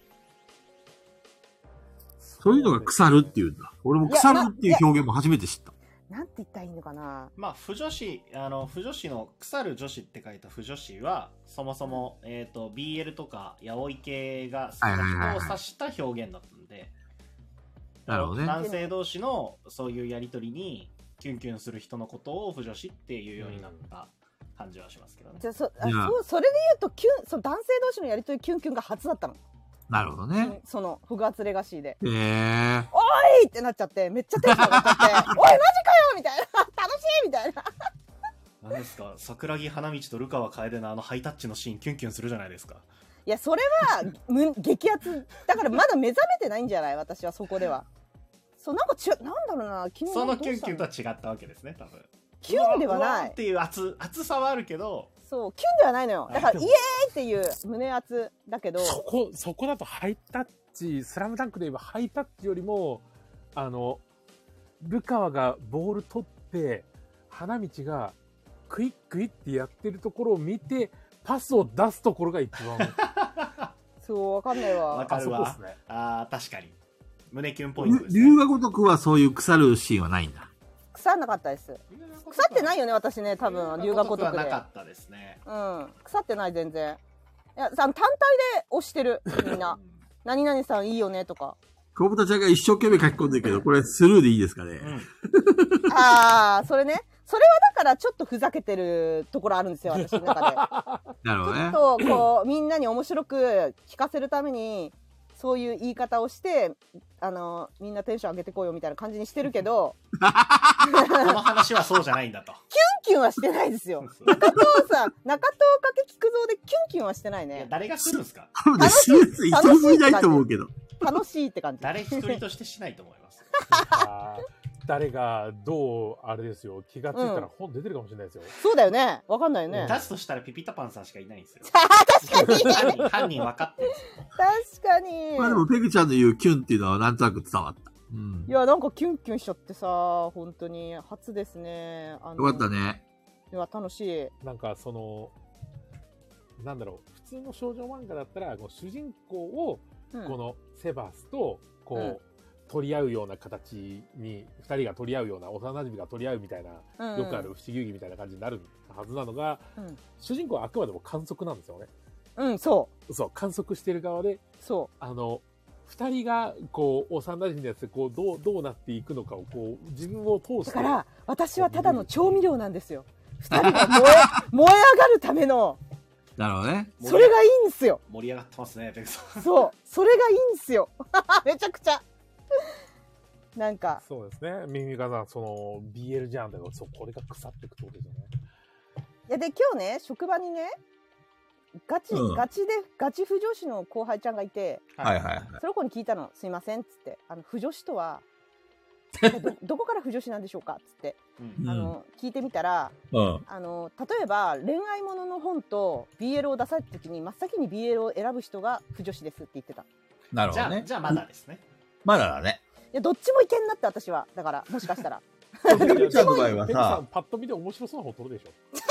Speaker 3: そういうのが腐るっていうんだ。俺も腐るっていう表現も初めて知った。
Speaker 4: なんて言ったらいいのかな。
Speaker 2: まあ、腐女子の腐る女子って書いた腐女子は、そもそも、BL とか、ヤオイ系が好きな人を指した表現だったんで、
Speaker 3: なるほどね。
Speaker 2: 男性同士のそういうやりとりに、キュンキュンする人のことを腐女子っていうようになった感じはしますけどね。
Speaker 4: じゃあそれで言うとその男性同士のやりとりキュンキュンが初だったの。
Speaker 3: なるほどね。
Speaker 4: その不発レガシーで。
Speaker 3: おい
Speaker 4: ってなっちゃって、めっちゃテンション上がっちゃっておいマジかよみたいな、楽しいみたいな。
Speaker 2: 何ですか、桜木花道と流川楓のハイタッチのシーンキュンキュンするじゃないですか。
Speaker 4: いやそれは激アツだから、まだ目覚めてないんじゃない、私はそこでは。そうなんかなんだろうな、昨日
Speaker 2: そのキュンキュンとは違ったわけですね、多分。
Speaker 4: キュンではない
Speaker 2: っていう熱さはあるけど、
Speaker 4: そうキュンではないのよ。だからイエーイっていう胸熱だけど、
Speaker 1: そこだとハイタッチ、スラムダンクで言えばハイタッチよりもルカワがボール取って花道がクイックイってやってるところを見てパスを出すところが一番
Speaker 4: そうわかんないわ。
Speaker 2: わかるわ。
Speaker 1: あそこっすね。
Speaker 2: 確かに胸キュンポイントです、ね。
Speaker 3: 龍が如くはそういう腐るシーンはないんだ。
Speaker 4: 腐んなかったです。腐ってないよね、私ね、多分龍が如くで。
Speaker 2: はなかったですね。
Speaker 4: うん、腐ってない全然。いや単体で押してるみんな。何々さんいいよねとか。
Speaker 3: 小豚ちゃんが一生懸命書き込んでるけど、これスルーでいいですかね。
Speaker 4: それね。それはだからちょっとふざけてるところあるんですよ、私の中で。
Speaker 3: なるほどね。
Speaker 4: ちょっとこうみんなに面白く聞かせるためにそういう言い方をしてみんなテンション上げてこうよみたいな感じにしてるけど
Speaker 2: この話はそうじゃないんだと。
Speaker 4: キュンキュンはしてないですよ。中藤掛菊蔵でキュンキュンはしてないね。
Speaker 2: 誰がするんですか。
Speaker 3: 楽しい。一人もいないと思うけど。
Speaker 4: 楽しいって感じ。
Speaker 2: 誰一人としてしないと思います。
Speaker 1: 誰がどうあれですよ、気がついたら本出てるかもしれないですよ。
Speaker 4: そうだよね、わかんないよね。
Speaker 2: 出すとしたらピピタパンさんしかいないんですよ。
Speaker 4: 確かに
Speaker 2: 犯人分かってる。
Speaker 4: 確かに。
Speaker 3: まあでもペグちゃんの言うキュンっていうのはなんとなく伝わった。
Speaker 4: いやなんかキュンキュンしちゃってさ、本当に初ですね。
Speaker 3: よかったね。
Speaker 4: いや楽しい。
Speaker 1: なんかなんだろう、普通の少女漫画だったら主人公をこのセバスと取り合うような形に2人が取り合うような、幼馴染が取り合うみたいな、よくある不思議遊戯みたいな感じになるはずなのが、主人公はあくまでも観測なんですよね。そう観測してる側で、2人が幼馴染のやつでどうなっていくのかを自分を通して。
Speaker 4: だから私はただの調味料なんですよ。2人が燃え上がるための。
Speaker 3: なるほどね。
Speaker 4: それがいいんですよ。
Speaker 2: 盛り上がってますね、ペグさん。
Speaker 4: そうそれがいいんですよ。めちゃくちゃなんか
Speaker 1: そうですね。耳がさBL じゃんだけど、これが腐っていくってことですよね。
Speaker 4: いやで今日ね、職場にねガチ不女子の後輩ちゃんがいて、その子に聞いたの。すいませんっつって、不女子とはどこから不女子なんでしょうかっつって、聞いてみたら、例えば恋愛ものの本と BL を出された時に真っ先に BL を選ぶ人が不女子ですって言ってた。
Speaker 3: なるほどね。
Speaker 2: じゃあまだですね。
Speaker 3: まだだね。
Speaker 4: いやどっちもいけんなって私は。だからもしかしたら
Speaker 3: ペグちゃんの場合はさ、
Speaker 1: パッと見で面白そうな方取るでしょ。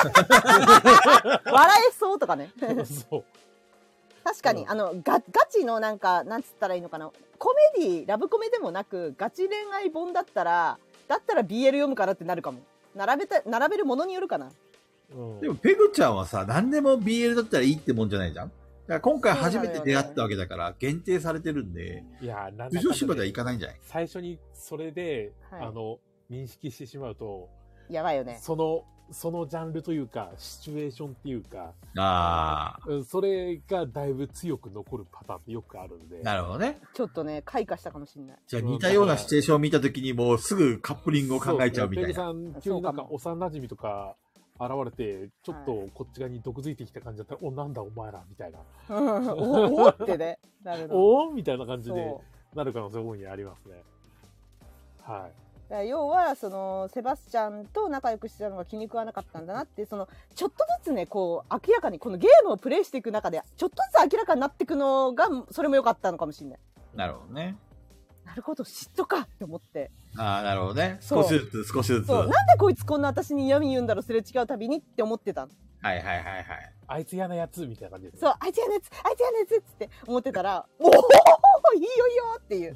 Speaker 4: 笑えそうとかね。
Speaker 1: そう。
Speaker 4: 確かにガチのなんつったらいいのかな、コメディラブコメでもなくガチ恋愛本だったら BL 読むかなってなるかも。並べるものによるかな。
Speaker 3: でもペグちゃんはさ、何でも BL だったらいいってもんじゃないじゃん。だから今回初めて出会ったわけだから限定されてるんで、
Speaker 1: いや
Speaker 3: 不女子まではいかないんじゃない。
Speaker 1: 最初にそれで、認識してしまうと
Speaker 4: やばいよね。
Speaker 1: そのジャンルというかシチュエーションっていうか、それがだいぶ強く残るパターンってよくあるんで。
Speaker 3: なるほどね。
Speaker 4: ちょっと開花したかもしれない。
Speaker 3: じゃあ似たようなシチュエーションを見たときにもうすぐカップリングを考えちゃうみたいな。
Speaker 1: ペグさん急になんか幼馴染とか現れてちょっとこっち側に毒づいてきた感じだったら、なんだお前らみたいな、
Speaker 4: おってねなるの。
Speaker 1: おみたいな感じでなる可能性大いにありますね。はい。
Speaker 4: 要はそのセバスチャンと仲良くしてたのが気に食わなかったんだなって、そのちょっとずつねこう明らかにこのゲームをプレイしていく中でちょっとずつ明らかになっていくのがそれも良かったのかもしれない。
Speaker 3: なるほどね。
Speaker 4: なるほど、嫉妬かって思って。
Speaker 3: ああ、なるほどね。少しずつ少しずつ。
Speaker 4: そう、なんでこいつこんな私に嫌味言うんだろう、すれ違うたびにって思ってたの。
Speaker 3: はいはいはいはい。
Speaker 1: あいつ嫌なやつみたいな感じです。
Speaker 4: そう、あいつ嫌なやつ、あいつ嫌なやつって思ってたら、おおいいよいいよっていう。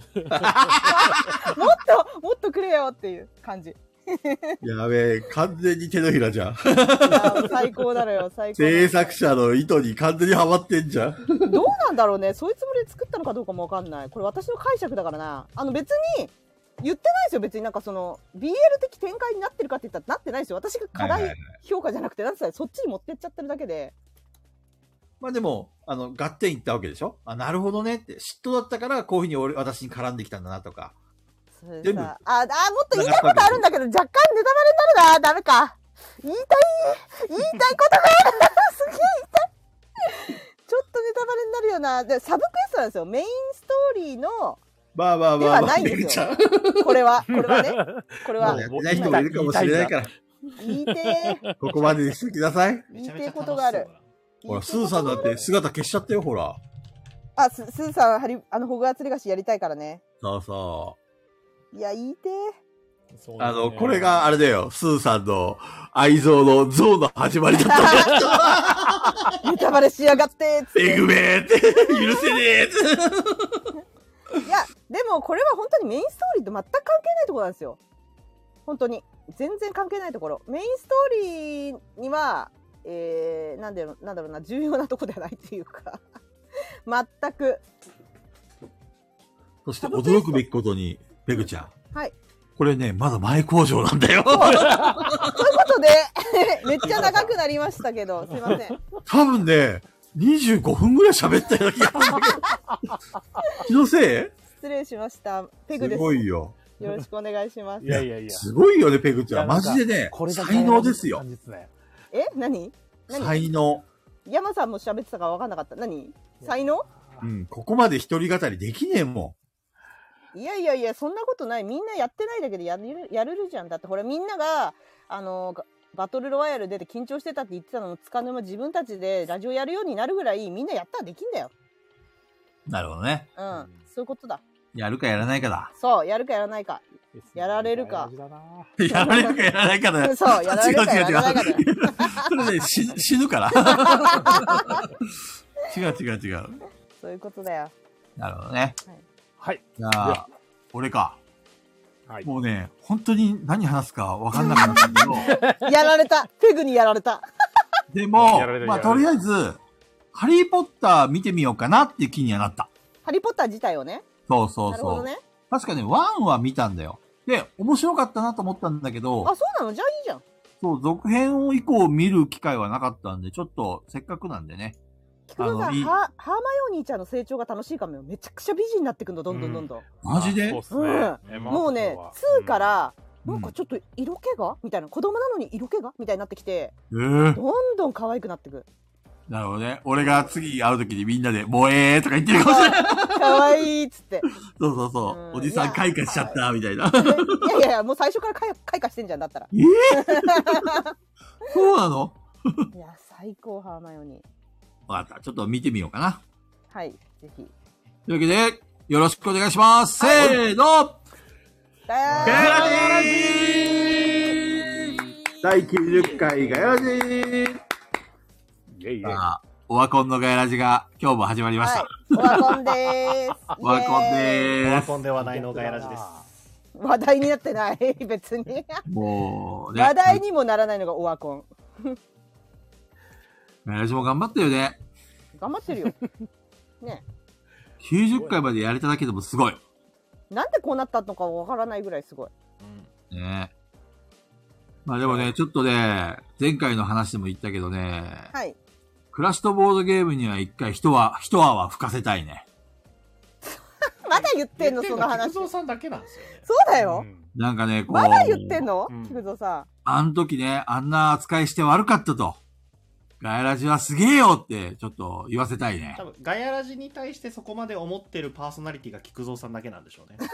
Speaker 4: もっとくれよっていう感じ。
Speaker 3: やべえ、完全に手のひらじゃん。
Speaker 4: 最高だろよ、最高。
Speaker 3: 制作者の意図に完全にハマってんじゃん。
Speaker 4: どうなんだろうね、そういうつもりで作ったのかどうかもわかんない。これ私の解釈だからな。別に、言ってないですよ、別になんかその、BL 的展開になってるかって言ったらなってないですよ。私が課題評価じゃなくて、なんてそっちに持ってっちゃってるだけで。
Speaker 3: まあでも、合点いったわけでしょ。あ、なるほどねって。嫉妬だったからこういうふうに私に絡んできたんだなとか。
Speaker 4: 全部。もっと言いたいことあるんだけど、若干ネタバレになるな。ダメか。言いたいことがすげえ言いたい。ちょっとネタバレになるよな。で、サブクエストなんですよ。メインストーリーの、
Speaker 3: まあまあまあ、
Speaker 4: ではないんですよ。これはね。これは。
Speaker 3: やってない人もいるかもしれないから。
Speaker 4: 言いてー。
Speaker 3: ここまでにしてください。
Speaker 4: 言いてーことがある。
Speaker 3: ほら、スーさんだって姿消しちゃったよ、ほら。
Speaker 4: あ、スーさん、ホグワーツレガシーやりたいからね。
Speaker 3: そうそ
Speaker 4: いや、言いて
Speaker 3: ー。これがあれだよ、スーさんの愛憎の像の始まりだったんだ
Speaker 4: よ。ネタバレしやがってーつって。
Speaker 3: えぐめーって、許せねーって。
Speaker 4: いや、でもこれは本当にメインストーリーと全く関係ないところなんですよ。本当に。全然関係ないところ。メインストーリーには、なんだろうな、重要なとこではないっていうか。全く。
Speaker 3: そして驚くべきことに、ペグちゃん。
Speaker 4: はい。
Speaker 3: これね、まだ前工場なんだよ。
Speaker 4: そういうことで、めっちゃ長くなりましたけど、すいません。
Speaker 3: 多分ね、25分ぐらい喋ったような気がする。気のせい？
Speaker 4: 失礼しました。ペグです。
Speaker 3: すごいよ。
Speaker 4: よろしくお願いします。
Speaker 1: いやいやいや。
Speaker 3: すごいよね、ペグちゃん。マジでね、才能ですよ。
Speaker 4: 何？
Speaker 3: 才能。
Speaker 4: 山さんも喋ってたから分かんなかった。何？才能？
Speaker 3: うん、ここまで一人語りできねえも
Speaker 4: ん。いや、そんなことない。みんなやってないだけでやれるじゃん。だってほら、みんなが、バトルロワイヤル出て緊張してたって言ってたのもつかの間自分たちでラジオやるようになるぐらいみんなやったらできんだよ。
Speaker 3: なるほどね。
Speaker 4: うん。そういうことだ。
Speaker 3: やるかやらないかだ。
Speaker 4: そう、やるかやらないか。やられるか。
Speaker 3: やられるかやらないかだよ。
Speaker 4: そう、やられるかやらないかだよ。
Speaker 3: それね、死ぬから。違う。
Speaker 4: そういうことだよ。
Speaker 3: なるほどね。
Speaker 1: はい。
Speaker 3: じゃあ、俺か。
Speaker 1: はい。
Speaker 3: もうね、本当に何話すか分かんなかったけど。
Speaker 4: やられた。ペグにやられた。
Speaker 3: でも、まあ、とりあえず、ハリーポッター見てみようかなっていう気にはなった。
Speaker 4: ハリーポッター自体をね。
Speaker 3: そう。
Speaker 4: なるほどね。
Speaker 3: 確かね、1は見たんだよ。で、面白かったなと思ったんだけど。
Speaker 4: あ、そうなの？じゃあいいじゃん。
Speaker 3: そう、続編を以降見る機会はなかったんで、ちょっと、せっかくなんでね。
Speaker 4: 菊田さん、ハーマイオニーちゃんの成長が楽しいかもよ。めちゃくちゃ美人になってくんの、どんどん。
Speaker 3: マジで？
Speaker 4: もうね、2から、なんかちょっと色気がみたいな。子供なのに色気がみたいになってきて、どんどん可愛くなってく。
Speaker 3: なるほどね。俺が次会う時にみんなで、萌えーとか言ってるかもしれない。
Speaker 4: 可愛いっつって。
Speaker 3: そう。おじさん開花しちゃったみたいな。
Speaker 4: いや、もう最初から開花してんじゃん、だったら。
Speaker 3: そうなの？
Speaker 4: いや、最高、ハーマイオニー。
Speaker 3: わかった。ちょっと見てみようかな。
Speaker 4: はい、ぜひ。
Speaker 3: というわけで、よろしくお願いします。せーの！ガヤラジー第90回ガヤラジーさあ、オワコンのガヤラジが今日も始まりました。
Speaker 4: オワコンでーす。
Speaker 3: オワコンでーす。
Speaker 2: オワコンではないのガヤラジです。
Speaker 4: 話題になってない、別に。
Speaker 3: もうね。
Speaker 4: 話題にもならないのがオワコン。
Speaker 3: ガヤラジも頑張ったよね。
Speaker 4: 頑張ってるよ。ね。
Speaker 3: 90回までやれただけでもすごい。
Speaker 4: なんでこうなったのかわからないぐらいすごい。
Speaker 3: ね。まあでもね、ちょっとね、前回の話でも言ったけどね。
Speaker 4: はい。
Speaker 3: クラシュトボードゲームには一回一泡吹かせたいね。
Speaker 4: まだ言ってんのその話。
Speaker 2: 菊蔵さんだけなんですよね。
Speaker 4: そうだよ。
Speaker 3: なんかね、こう。
Speaker 4: まだ言ってんの菊蔵さん。
Speaker 3: あの時ね、あんな扱いして悪かったと。 ガヤラジはすげえよってちょっと言わせたいね
Speaker 2: 多。分ガヤラジに対してそこまで思ってるパーソナリティが菊蔵さんだけなんでしょうね。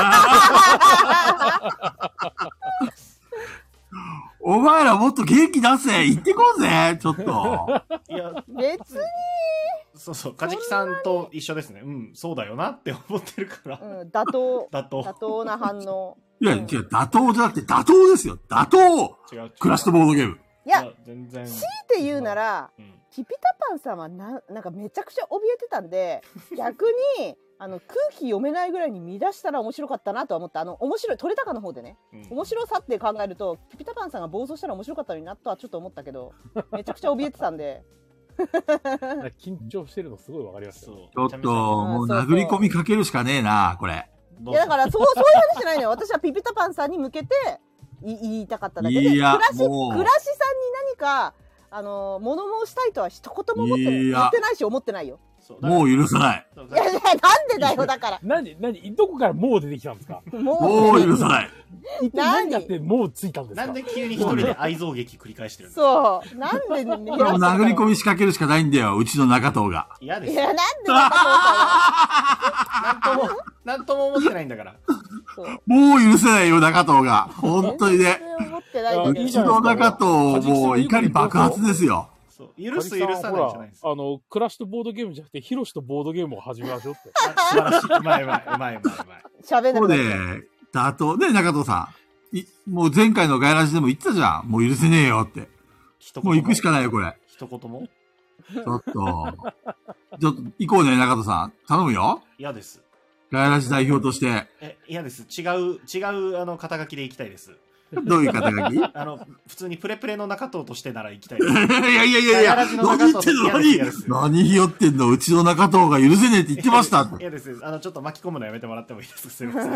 Speaker 3: お前らもっと元気出せ行ってこうぜちょっと。
Speaker 2: いや、
Speaker 4: 別に、
Speaker 2: そうそう、カジキさんと一緒ですね。うん、そうだよなって思ってるから。妥当な反応。
Speaker 3: いや、違う、妥当じゃなくて妥当ですよ。妥当
Speaker 2: 違う。
Speaker 3: クラシットボードゲーム。
Speaker 4: いや、
Speaker 2: 全然。
Speaker 4: 強いて言うなら、
Speaker 2: うん、
Speaker 4: ピピタパンさんはなんかめちゃくちゃ怯えてたんで、逆に、空気読めないぐらいに見出したら面白かったなとは思った。面白い、取れたかの方でね。面白さって考えると、ピピタパンさんが暴走したら面白かったのになとはちょっと思ったけど、めちゃくちゃ怯えてたんで。
Speaker 1: 緊張してるのすごいわかりますよ。
Speaker 3: ちょっと、もう殴り込みかけるしかねえな、これ。
Speaker 4: いやだからそういう話じゃないのよ。私はピピタパンさんに向けて言いたかっただけで、
Speaker 3: いや
Speaker 4: クラシさんに
Speaker 3: もう
Speaker 4: 何か物申したいとは一言も思ってない、言ってないし思ってないよ。
Speaker 3: もう許さない。
Speaker 4: いやいや、なんでだよ、だから。
Speaker 1: どこからもう出てきたんですか？
Speaker 3: もう許さない。
Speaker 1: 何やってもうついたんですか？
Speaker 2: なんで急に一人で愛憎劇繰り返してるんです
Speaker 4: か？そう。なんで
Speaker 3: 殴り込み仕掛けるしかないんだよ、うちの中藤が。
Speaker 2: 嫌です。
Speaker 4: いや、なんで中藤
Speaker 2: さんは。なんとも思ってないんだから。
Speaker 3: もう許せないよ、中藤が。本当にね。うちの中藤、もう怒り爆発ですよ。
Speaker 2: 許す許さないじゃないですか。
Speaker 1: クラシとボードゲームじゃなくて、ヒロシとボードゲームを始めましょうって。
Speaker 2: 素晴らしい。うまい。
Speaker 4: 喋んなくなっちゃ
Speaker 3: う。だと、ね、中藤さん。もう前回のガイラジでも言ってたじゃん。もう許せねえよって。もう行くしかないよ、これ。
Speaker 2: 一言も
Speaker 3: ちょっと、行こうね、中藤さん。頼むよ。
Speaker 2: 嫌です。
Speaker 3: ガイラジ代表として。
Speaker 2: 嫌です。違う、肩書きで行きたいです。
Speaker 3: どういう肩書き？
Speaker 2: 普通にプレプレの中藤としてなら行きたいです。
Speaker 3: いや、何言ってんの？何ひよってんの？うちの中藤が許せねえって言ってましたって。
Speaker 2: 嫌です。ちょっと巻き込むのやめてもらってもいいですか？すいません。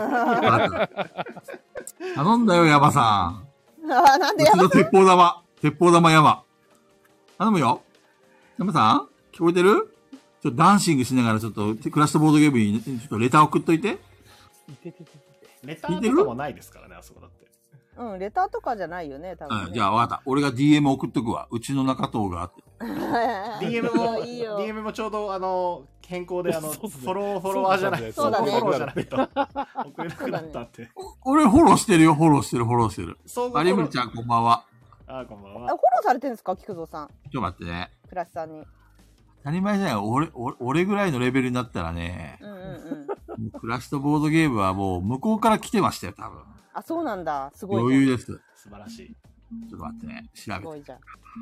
Speaker 3: 頼んだよ、山さん。
Speaker 4: なんで山さん？
Speaker 3: うちの鉄砲玉山。頼むよ。山さん聞こえてる？ちょっとダンシングしながらちょっとクラシットボードゲームにちょっとレター送っといて。
Speaker 2: レターとかもないですからね、あそこだって。
Speaker 4: うん、レターとかじゃないよね、多分、ね。
Speaker 3: じゃあ分かった。俺が DM 送っとくわ。うちの中藤があって。
Speaker 2: DM もちょうど変更でフォロワーじゃない。
Speaker 4: そうだね。
Speaker 2: フォローじゃないと。送れなくなったって。
Speaker 3: 俺フォローしてるよ、フォローしてる。有森ちゃんこんばんは。
Speaker 2: こんばんは。
Speaker 4: フォローされてるんですか、菊蔵さん。
Speaker 3: ちょっと待ってね。
Speaker 4: クラシさんに。
Speaker 3: 当たり前じゃない。俺ぐらいのレベルになったらね。クラシットボードゲームはもう向こうから来てましたよ、多分。
Speaker 4: あ、そうなんだ。すごい。
Speaker 3: 余裕です。
Speaker 2: 素晴らしい。
Speaker 3: ちょっと待ってね。調べて。すごいじゃん。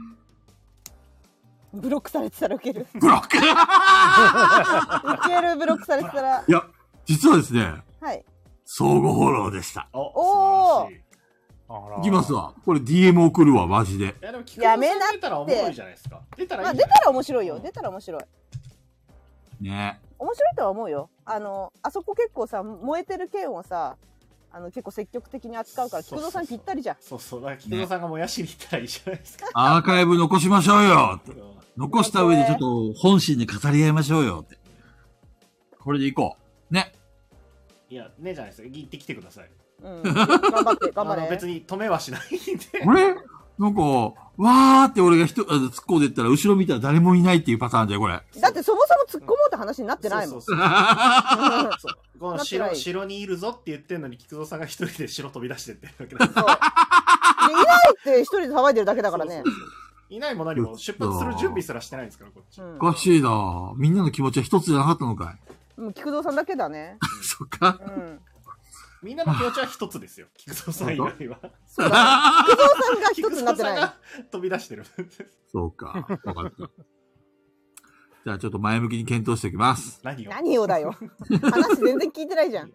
Speaker 4: ブロックされてたらウケる。
Speaker 3: ブロックウ
Speaker 4: ケる、ブロックされてたら。
Speaker 3: いや、実はですね。
Speaker 4: はい。
Speaker 3: 相互フォローでした。
Speaker 2: おー。
Speaker 3: いきますわ。これ DM 送るわ、マジで。
Speaker 4: やめなって。
Speaker 2: 出たら面白いじゃないですか。出たら
Speaker 4: 面白いよ。出たら面白い。
Speaker 3: ね。
Speaker 4: 面白いとは思うよ。あそこ結構さ、燃えてる件をさ、結構積極的に扱うから、菊蔵さんぴったりじゃん。
Speaker 2: そう、だから菊蔵さんが燃やしに行ったらいいじゃないですか。
Speaker 3: アーカイブ残しましょうよって。残した上でちょっと本心で語り合いましょうよって。これでいこう。ね。
Speaker 2: いや、ねじゃないですよ。行ってきてください。
Speaker 4: うん。頑張れ。
Speaker 2: 別に止めはしないんで。
Speaker 3: あれなんか、わーって俺が突っ込んでったら、後ろ見たら誰もいないっていうパターンじゃん、これ。
Speaker 4: だってそもそも突っ込もうって話になってないもん。そう。
Speaker 2: この城にいるぞって言ってんのに、菊蔵さんが一人で城飛び出してってるわけだ。そう。
Speaker 4: いないって一人で騒いでるだけだからね。
Speaker 2: いないも何も出発する準備すらしてないんですから、こっち。
Speaker 3: おかしいなみんなの気持ちは一つじゃなかったのか
Speaker 4: い。菊蔵さんだけだね。
Speaker 3: そっか。
Speaker 2: みんなの気持ちは一つですよ。菊蔵さん以外は。
Speaker 4: そうだ。菊蔵さんが一つになってない。菊蔵さんが
Speaker 2: 飛び出してる。
Speaker 3: そうか。わかった。じゃあちょっと前向きに検討しておきます。
Speaker 4: 何をだよ。話全然聞いてないじゃん。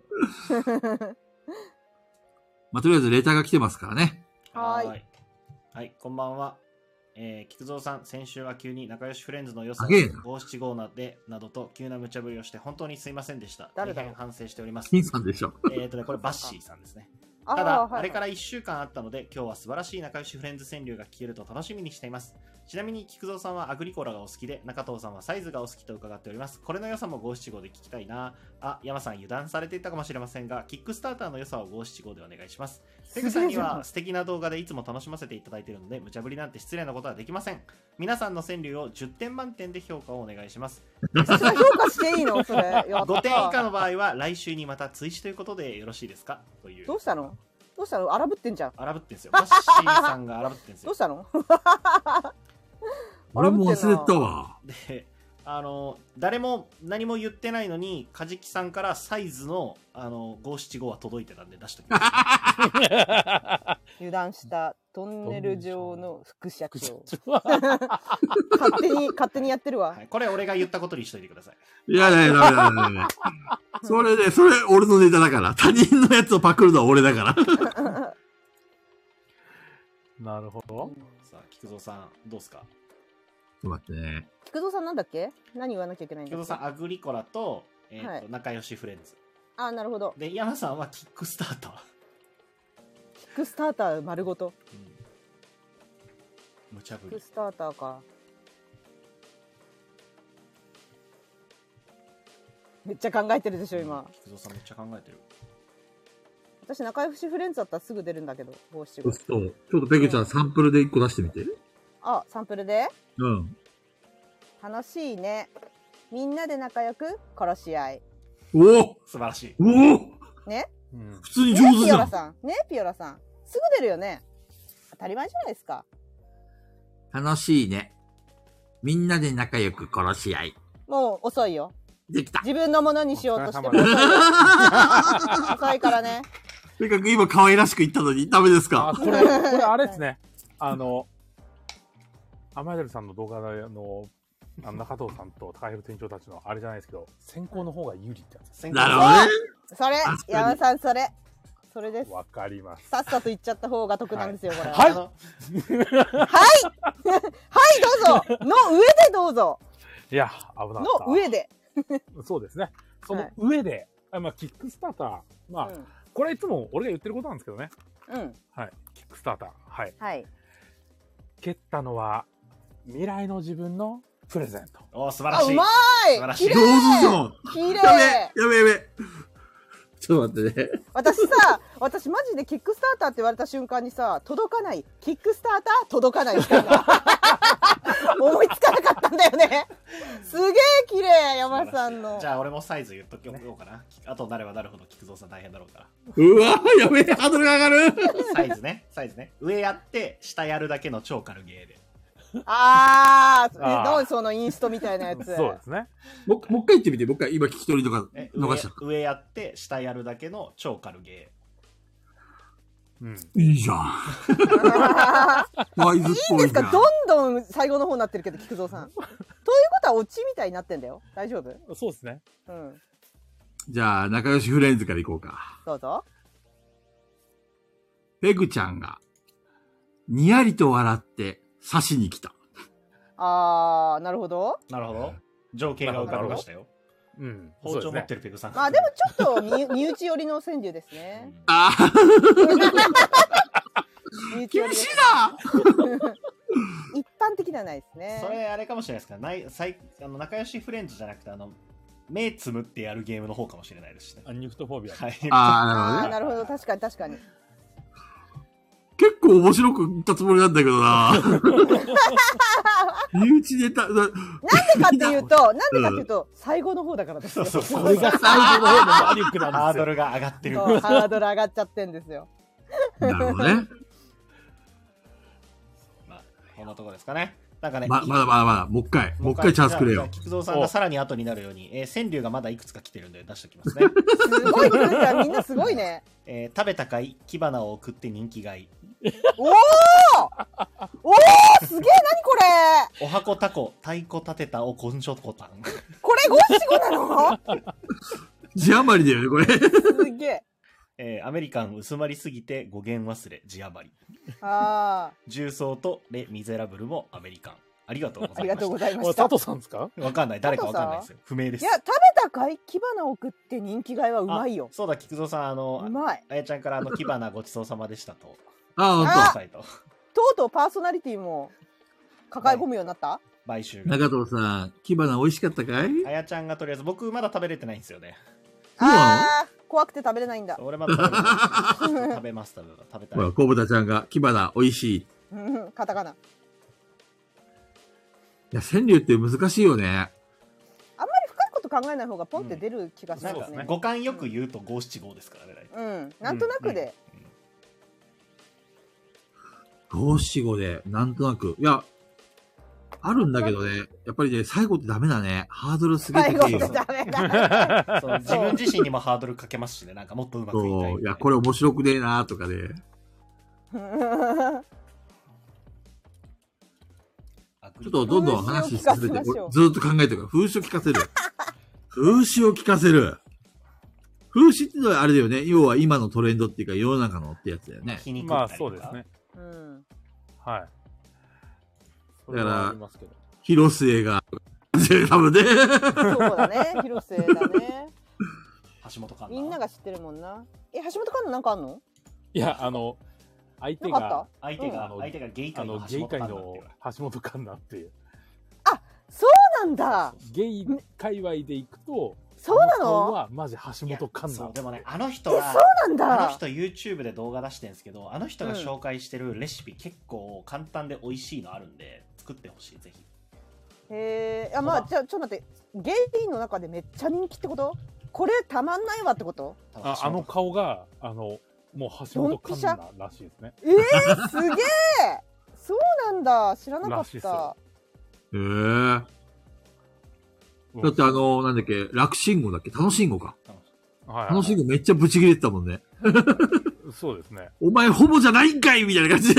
Speaker 3: まあ、とりあえずレターが来てますからね。
Speaker 4: はい。
Speaker 2: はい、こんばんは。菊蔵さん、先週は急に仲良しフレンズの良さを五七五などと急な無茶ぶりをして本当にすいませんでした。大変反省しております。
Speaker 3: 金さんでしょ。
Speaker 2: これバッシーさんですね。ただ、あれから1週間あったので、今日は素晴らしい仲良しフレンズ川柳が聞けると楽しみにしています。 ちなみに菊蔵さんはアグリコラがお好きで、中藤さんはサイズがお好きと伺っております。これの良さも五七五で聞きたいな。あ、山さん油断されていたかもしれませんが、キックスターターの良さを五七五でお願いします。ペグさんには素敵な動画でいつも楽しませていただいているので、無茶ぶりなんて失礼なことはできません。皆さんの川柳を10点満点で評価をお願いします。
Speaker 4: それ評価していいのそれ。やった
Speaker 2: 5点以下の場合は来週にまた追試ということでよろしいですかという。
Speaker 4: どうしたの荒ぶってんじゃん。
Speaker 2: 荒ぶってんすよ。バッシーさんが荒ぶってんすよ。
Speaker 4: どうしたの
Speaker 3: 俺も忘れたわ。
Speaker 2: で、誰も何も言ってないのに、カジキさんからサイズの、五七五は届いてたんで出しておきます。
Speaker 4: 油断したトンネル上の副社長。
Speaker 1: は
Speaker 4: 勝手にやってるわ。
Speaker 2: はい、これ俺が言ったことにしといてください。
Speaker 3: いやいやいや、ダメ。それ俺のネタだから。他人のやつをパクるのは俺だから。
Speaker 1: なるほど。
Speaker 2: さあ、菊蔵さん、どうすか？
Speaker 3: ちょっと待ってね。
Speaker 4: 菊蔵さんなんだっけ？何言わなきゃいけないんだっけ？
Speaker 2: 菊蔵さん、アグリコラと、
Speaker 4: はい
Speaker 2: 仲良しフレンズ。
Speaker 4: あ、なるほど。
Speaker 2: で、山さんはキックスターター。
Speaker 4: キックスターター丸ごと。
Speaker 2: 無茶ぶり
Speaker 4: キック。スターターか。めっちゃ考えてるでしょ今。
Speaker 2: 菊蔵さんめっちゃ考えてる。
Speaker 4: 私仲良しフレンズだったらすぐ出るんだけど。五七五。
Speaker 3: ちょっとペグちゃんサンプルで1個出してみて。
Speaker 4: あ、サンプルで。
Speaker 3: うん。
Speaker 4: 楽しいね。みんなで仲良く殺し合い。
Speaker 3: おお
Speaker 2: 素晴らしい。
Speaker 3: おお
Speaker 4: ね。
Speaker 1: うん
Speaker 3: 普通に
Speaker 4: ね
Speaker 3: 上手じゃん。
Speaker 4: ピオラさん。ねピオラさん。すぐ出るよね。当たり前じゃないですか。
Speaker 3: 楽しいね。みんなで仲良く殺し合い。
Speaker 4: もう遅いよ。
Speaker 3: できた。
Speaker 4: 自分のものにしようとしても
Speaker 1: お疲れ
Speaker 4: 遅いよ。遅いからね。
Speaker 3: とにかく今可愛らしく言ったのにダメですか？
Speaker 1: あ、これあれですね。アマイデルさんの動画の、中藤さんと高弘店長たちのあれじゃないですけど、先行の方が有利ってやつです。
Speaker 3: なるほどね。
Speaker 4: それ
Speaker 3: 確かに
Speaker 4: 山さんそれです。
Speaker 1: わかります。
Speaker 4: さっさと言っちゃった方が得なんですよ、これ。
Speaker 1: はい
Speaker 4: はいどうぞの上でどうぞ
Speaker 1: いや、危なかった。
Speaker 4: の上で。
Speaker 1: そうですね。その上で、まあ、キックスターター。まあ、これはいつも俺が言ってることなんですけどね。
Speaker 4: うん。
Speaker 1: はい。キックスターター。はい。
Speaker 4: はい。
Speaker 1: 蹴ったのは、未来の自分のプレゼント。
Speaker 2: おー、素晴ら
Speaker 4: あ、
Speaker 2: しい。
Speaker 4: うま
Speaker 2: 素晴らしい
Speaker 4: い綺
Speaker 3: 上手じゃ
Speaker 4: 麗
Speaker 3: ん。
Speaker 4: 綺
Speaker 3: やべ
Speaker 4: 麗
Speaker 3: やべ。ちょっと待ってね。
Speaker 4: 私マジでキックスターターって言われた瞬間にさ、届かない。キックスターター届かないみたいな。思いつかなかったんだよね。すげえ綺麗山さんの。
Speaker 2: じゃあ俺もサイズ言っときようかな。あとなればなるほど菊蔵さん大変だろうから。
Speaker 3: うわやべえ、ハードルが上がる。
Speaker 2: サイズね。上やって下やるだけの超軽ゲーで。
Speaker 4: あー、
Speaker 1: あー
Speaker 4: どうそのインストみたいなやつ。
Speaker 1: そうですね。
Speaker 3: もう一回言ってみて、もう一回、今聞き取りとか逃しちゃった。
Speaker 2: 上やって下やるだけの超軽ゲ
Speaker 1: うん。
Speaker 3: いいじゃん。ワイズっ
Speaker 4: いいん
Speaker 3: ぽいじゃん。
Speaker 4: ですか？どんどん最後の方になってるけど、菊蔵さん。ということはオチみたいになってんだよ。大丈夫？
Speaker 1: そうですね。
Speaker 4: うん。
Speaker 3: じゃあ、仲良しフレンズから行こうか。
Speaker 4: どうぞ。
Speaker 3: ペグちゃんが、にやりと笑って刺しに来た。
Speaker 4: あー、なるほど。
Speaker 2: ー。なるほど。情景が浮かびましたよ。
Speaker 1: うん。
Speaker 2: 包丁持って
Speaker 1: る。
Speaker 2: るペグさん。
Speaker 4: まあでもちょっと身内寄りの川柳ですね。
Speaker 3: ああ、
Speaker 4: 身内寄り
Speaker 3: 厳しい
Speaker 4: です
Speaker 3: な。
Speaker 4: 一般的ではないですね。
Speaker 2: それあれかもしれないですか。仲良しフレンズじゃなくて、目つむってやるゲームの方かもしれないですしね。
Speaker 1: アニクトフォビア。
Speaker 2: はい。
Speaker 3: ああ、なるほどね。
Speaker 4: あー、なるほど。確かに確かに。
Speaker 3: 結構面白く言ったつもりなんだけどな。身内ネタ、
Speaker 4: なんでかっていうと、最後の方だからですよ。
Speaker 2: そうそう
Speaker 1: これが最後の方のマリックなんですよ。
Speaker 2: ハードルが上がってる。
Speaker 4: そうハードル上がっちゃってんですよ。
Speaker 3: なるほどね。
Speaker 2: まあ、こんなところですかね。なんかね、
Speaker 3: まだ、もう一回チャンスくれよ。
Speaker 2: 菊蔵さんがさらに後になるように、川柳がまだいくつか来てるんで出しておきますね。
Speaker 4: すごい来るじゃん。みんなすごいね。
Speaker 2: 食べたかい火花を送って人気がいい。
Speaker 4: おーすげえ、何これ
Speaker 2: おはこたこ、太鼓立てたおこんしょこたん。
Speaker 4: これ五七五なの？
Speaker 3: 字余りだよね、これ。
Speaker 4: すげえ。
Speaker 2: アメリカン薄まりすぎて語源忘れ字余り。
Speaker 4: あ
Speaker 2: 重曹とレ・ミゼラブルもアメリカン。ありがとうご
Speaker 4: あ、ありがとう
Speaker 2: ざいまし
Speaker 4: ございました。
Speaker 1: これ佐藤さんですか？
Speaker 2: た。わかんない。誰かわかんないですよ。不明です。
Speaker 4: いや、食べたかい火花を送って人気がいはうまいよ
Speaker 2: あ。そうだ、菊蔵さん、
Speaker 4: うまい。
Speaker 2: あやちゃんから火花ごちそうさまでしたと。
Speaker 3: あ、ほん
Speaker 4: あ
Speaker 3: と。
Speaker 2: サイト。
Speaker 4: とうとうパーソナリティも抱え込むようになった？
Speaker 2: 買収が。
Speaker 3: 中藤さん、キバナ美味しかったかい？
Speaker 2: あやちゃんがとりあえず、僕まだ食べれてないんですよね。
Speaker 3: そうなの？
Speaker 4: あー、怖くて食べれないんだ。
Speaker 2: 俺まだ食べれない。食べます、食べたい。
Speaker 3: ほら、小豚ちゃんが、キバナ美味しい。い
Speaker 4: うんカタカナ。
Speaker 3: や、川柳って難しいよね。
Speaker 4: あんまり深いこと考えない方がポンって出る気がしますね。
Speaker 2: 五感よく言うと五七五ですからね。
Speaker 4: うん、なんとなくで。
Speaker 3: 五七五で、なんとなく。いや、あるんだけどね、やっぱりね、最後ってダメだね。ハードルすげえ
Speaker 4: 最後って
Speaker 3: 高いよ。
Speaker 4: ダメだ。
Speaker 2: そう自分自身にもハードルかけますしね、なんかもっとうまく言いたい
Speaker 3: そう、いや、これ面白くねえなとかで。ちょっとどんどん話進めて、俺ずっと考えてるから、風刺を聞かせる。風刺を聞かせる。風刺ってのはあれだよね。要は今のトレンドっていうか世の中のってやつだよね。
Speaker 1: まあそうですね。
Speaker 4: うん。
Speaker 1: はい。
Speaker 3: だから
Speaker 1: ありますけど、
Speaker 3: 広末が、多分ね。
Speaker 4: そうだね、広瀬だね。
Speaker 2: 橋本環奈。
Speaker 4: みんなが知ってるもんな。橋本環奈なんかあんの？
Speaker 1: いや、相手が、
Speaker 2: 相手がゲイ界の
Speaker 1: ゲイ界の橋本環奈っていう。
Speaker 4: あ、そうなんだ。
Speaker 1: ゲイ界隈で行くと、
Speaker 4: そうなの？
Speaker 1: はマジ橋本環奈。
Speaker 2: でもね、あの人は、
Speaker 4: そうなんだ。
Speaker 2: あの人 YouTube で動画出してるんですけど、あの人が紹介してるレシピ結構簡単で美味しいのあるんで、作ってほしい、ぜひ。
Speaker 4: へえ、まあ、じゃあ、ちょっと待って、ゲイの中でめっちゃ人気ってこと？これたまんないわってこと？
Speaker 1: あの顔が、もう橋本環奈らしいですね。
Speaker 4: すげえそうなんだ。知らなかった。
Speaker 3: へえ。だってなんだっけ、楽信号だっけ、楽信号か。楽信号めっちゃブチ切れてたもんね。
Speaker 1: そうですね。
Speaker 3: お前ホモじゃないんかいみたいな感じで。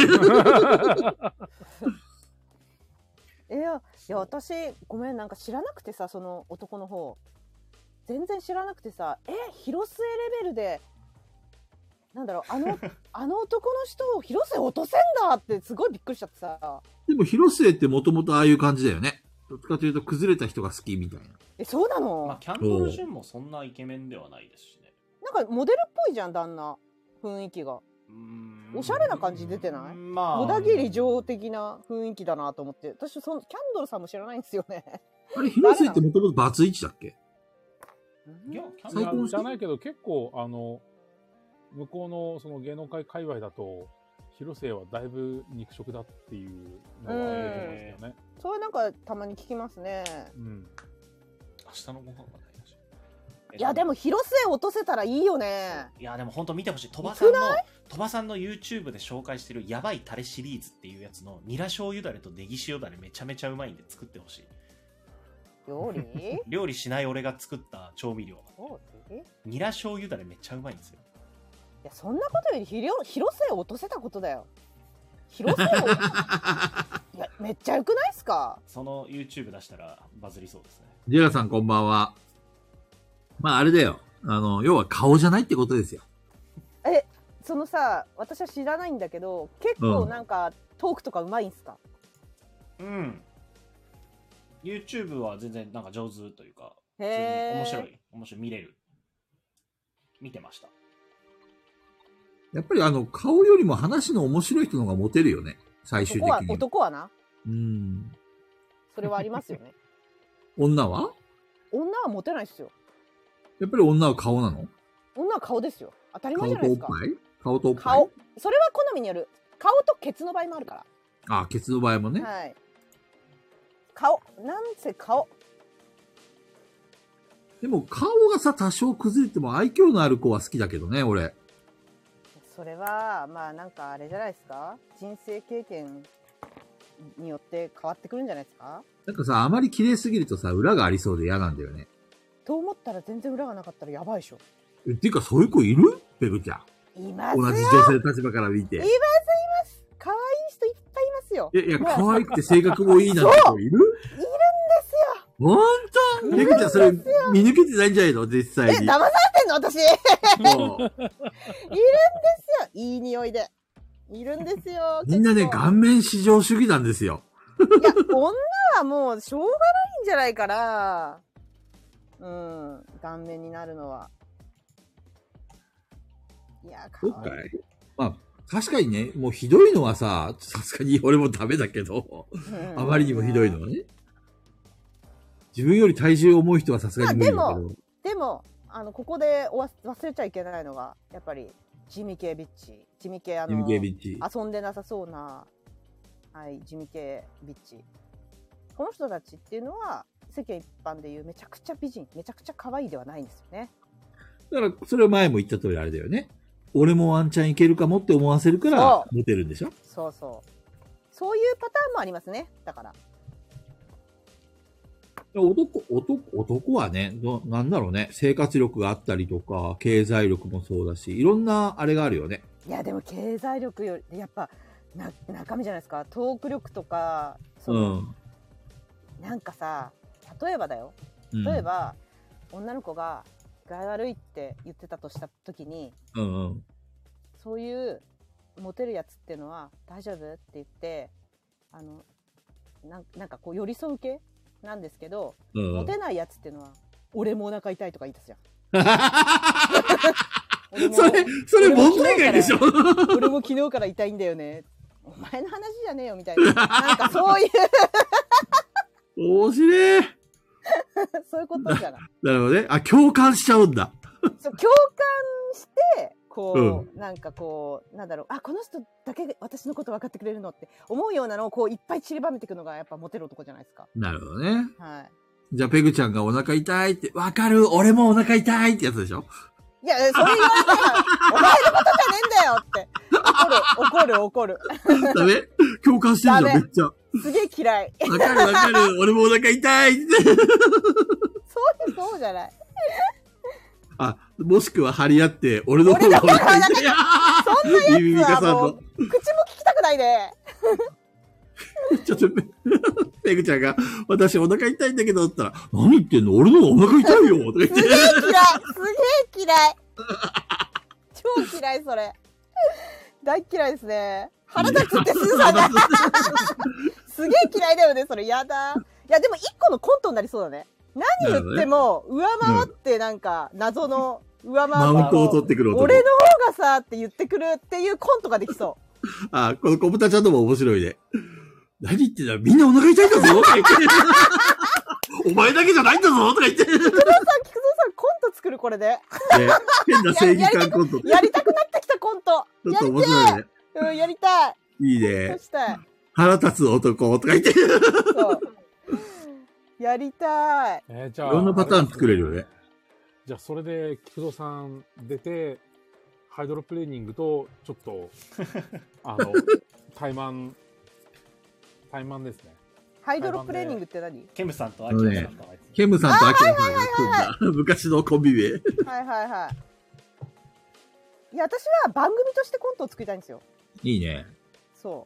Speaker 4: いや、私、ごめん、なんか知らなくてさ、その男の方。全然知らなくてさ、広末レベルで、なんだろう、あの男の人を広末落とせんだってすごいびっくりしちゃってさ。
Speaker 3: でも広末ってもともとああいう感じだよね。どっちかというと崩れた人が好きみたいな。
Speaker 4: そうなの？
Speaker 2: まあ、キャンドル・ジュンもそんなイケメンではないですしね。
Speaker 4: なんかモデルっぽいじゃん、旦那。雰囲気が。おしゃれな感じ出てない？
Speaker 2: まあ。
Speaker 4: 小田切城的な雰囲気だなと思って。私、キャンドルさんも知らないんですよね。
Speaker 3: あれ、広末ってもともとバツイチだっけ？
Speaker 2: いや、
Speaker 1: 最高じゃないけど、結構、向こうのその芸能界界隈だと、広末はだいぶ肉食だっていうのが出てますよね。
Speaker 4: それなんかたまに聞きますね。
Speaker 2: うん。明日のご飯がないらしい。
Speaker 4: いやでも広末落とせたらいいよね。
Speaker 2: いやでも本当見てほしい。鳥羽さんの YouTube で紹介してるやばいタレシリーズっていうやつのニラ醤油だれとネギ塩だれめちゃめちゃうまいんで作ってほしい。料理しない俺が作った調味料。ニラ醤油だれめっちゃうまいんですよ。
Speaker 4: いやそんなことより広末を落とせたことだよ。広末をいやめっちゃよくないっすか？
Speaker 2: その YouTube 出したらバズりそうですね。
Speaker 3: ジェラさんこんばんは。まああれだよ。要は顔じゃないってことですよ。
Speaker 4: そのさ、私は知らないんだけど、結構なんか、トークとかうまいんすか？
Speaker 2: うん。YouTube は全然なんか上手というか、
Speaker 4: 面
Speaker 2: 白い、見れる。見てました。
Speaker 3: やっぱり顔よりも話の面白い人の方がモテるよね。最終的に。
Speaker 4: 男はな。
Speaker 3: うん。
Speaker 4: それはありますよね。
Speaker 3: 女は
Speaker 4: モテないっすよ。
Speaker 3: やっぱり女は顔なの？
Speaker 4: 女は顔ですよ。当たり前じゃないですか。
Speaker 3: 顔とおっぱい？
Speaker 4: 顔。それは好みによる。顔とケツの場合もあるから。
Speaker 3: ケツの場合もね。
Speaker 4: はい。顔。なんせ顔。
Speaker 3: でも顔がさ、多少崩れても愛嬌のある子は好きだけどね、俺。
Speaker 4: それは、まあなんかあれじゃないですか？人生経験によって変わってくるんじゃないですか？
Speaker 3: なんかさ、あまり綺麗すぎるとさ、裏がありそうで嫌なんだよね。
Speaker 4: と思ったら全然裏がなかったらやばいでしょ。
Speaker 3: っていうか、そういう子いる？ペグちゃ
Speaker 4: ん。いますよ。
Speaker 3: 同じ女性の立場から見て。います。
Speaker 4: 可愛い人いっぱいいますよ。
Speaker 3: いや、可愛くて性格もいいなんて子いる？いるんです
Speaker 4: よ。
Speaker 3: ほんと？ペグちゃんそれ見抜けてないんじゃないの？実際に。
Speaker 4: 騙されてんの私。いるんですよ。いい匂いで。いるんですよ。
Speaker 3: みんなね、顔面至上主義なんですよ。
Speaker 4: いや、女はもうしょうがないんじゃないかな。顔面になるのは。いや、
Speaker 3: そうかい？まあ、 確かにね、もうひどいのはさ、さすがに俺もダメだけど、あまりにもひどいのはね。自分より体重重い人はさすがに無理だけど。
Speaker 4: でも、ここで忘れちゃいけないのが、やっぱり、地味系ビッチ。地味系
Speaker 3: ビッチ。
Speaker 4: 遊んでなさそうな、はい、地味系ビッチ。この人たちっていうのは、世間一般でいうめちゃくちゃ美人、めちゃくちゃ可愛いではないんですよね。
Speaker 3: だから、それは前も言った通りあれだよね。俺もワンチャンいけるかもって思わせるから、モテるんでしょ？
Speaker 4: そうそう。そういうパターンもありますね。だから。
Speaker 3: 男はね、なんだろうね、生活力があったりとか、経済力もそうだし、いろんなあれがあるよね。
Speaker 4: いや、でも経済力より、やっぱ、中身じゃないですか。トーク力とか、なんかさ、例えばだよ。例えば、女の子が、具合悪いって言ってたとした時に、そういうモテるやつっていうのは大丈夫って言ってなんかこう寄り添う系なんですけど、モテないやつっていうのは俺もお腹痛いとか言い出すじゃん
Speaker 3: それ問題外でしょ。
Speaker 4: 俺も昨日から痛いんだよね、お前の話じゃねえよみたいな、なんかそういう
Speaker 3: 面白い
Speaker 4: そういうことじゃない。
Speaker 3: なるほどね。あ、共感しちゃうんだ。
Speaker 4: そう、共感して、こう、なんかこう、なんだろう、あ、この人だけ私のこと分かってくれるのって思うようなのをこういっぱい散りばめていくのがやっぱモテる男じゃないですか。
Speaker 3: なるほどね。
Speaker 4: はい。
Speaker 3: じゃあペグちゃんがお腹痛いって、わかる、俺もお腹痛いってやつでしょ？
Speaker 4: いや、それ言われたら、お前のことじゃねえんだよって。怒る。
Speaker 3: ダメ？共感してるじゃん、めっちゃ。
Speaker 4: すげえ嫌い。
Speaker 3: わかる、俺もお腹痛いって。
Speaker 4: そうじゃない。
Speaker 3: あ、もしくは張り合って、俺の方がお腹痛い。
Speaker 4: そんなやつはもう、口も聞きたくないで。
Speaker 3: ちょっと、ペグちゃんが、私お腹痛いんだけど、って言ったら、何言ってんの？俺の方がお腹痛いよとか言って。
Speaker 4: すげえ嫌い。超嫌い、それ。大嫌いですね。腹立つってすずさんが。すげえ嫌いだよね、それ。やだ。いや、でも一個のコントになりそうだね。何言っても、上回ってなんか、謎の、上回って
Speaker 3: マウントを取ってくる男。
Speaker 4: 俺の方がさ、って言ってくるっていうコントができそう。
Speaker 3: あ、このコブタちゃんのも面白いね。何言ってんだ、みんなお腹痛いんだぞとか言って。お前だけじゃないんだぞとか言って。菊蔵さん、
Speaker 4: コント作る、これで。ね、
Speaker 3: 変な正義感コント。
Speaker 4: やりたくなってきたコント。
Speaker 3: ちょっと面白いね。
Speaker 4: うん、やりたい。
Speaker 3: いいね。腹立つ男とか言って。そう。
Speaker 4: やりたい。
Speaker 1: じゃあ。
Speaker 3: いろんなパターン作れるよね。
Speaker 1: じゃあ、それで、菊蔵さん出て、ハイドロプレーニングと、ちょっと、怠慢ですね。
Speaker 4: ハイドロプレーニングって何？
Speaker 2: ケムさんとアキラさんと
Speaker 3: ケムさんとアキラさん。昔のコンビ名。
Speaker 4: はい。いや、私は番組としてコントを作りたいんですよ。
Speaker 3: いいね。
Speaker 4: そう。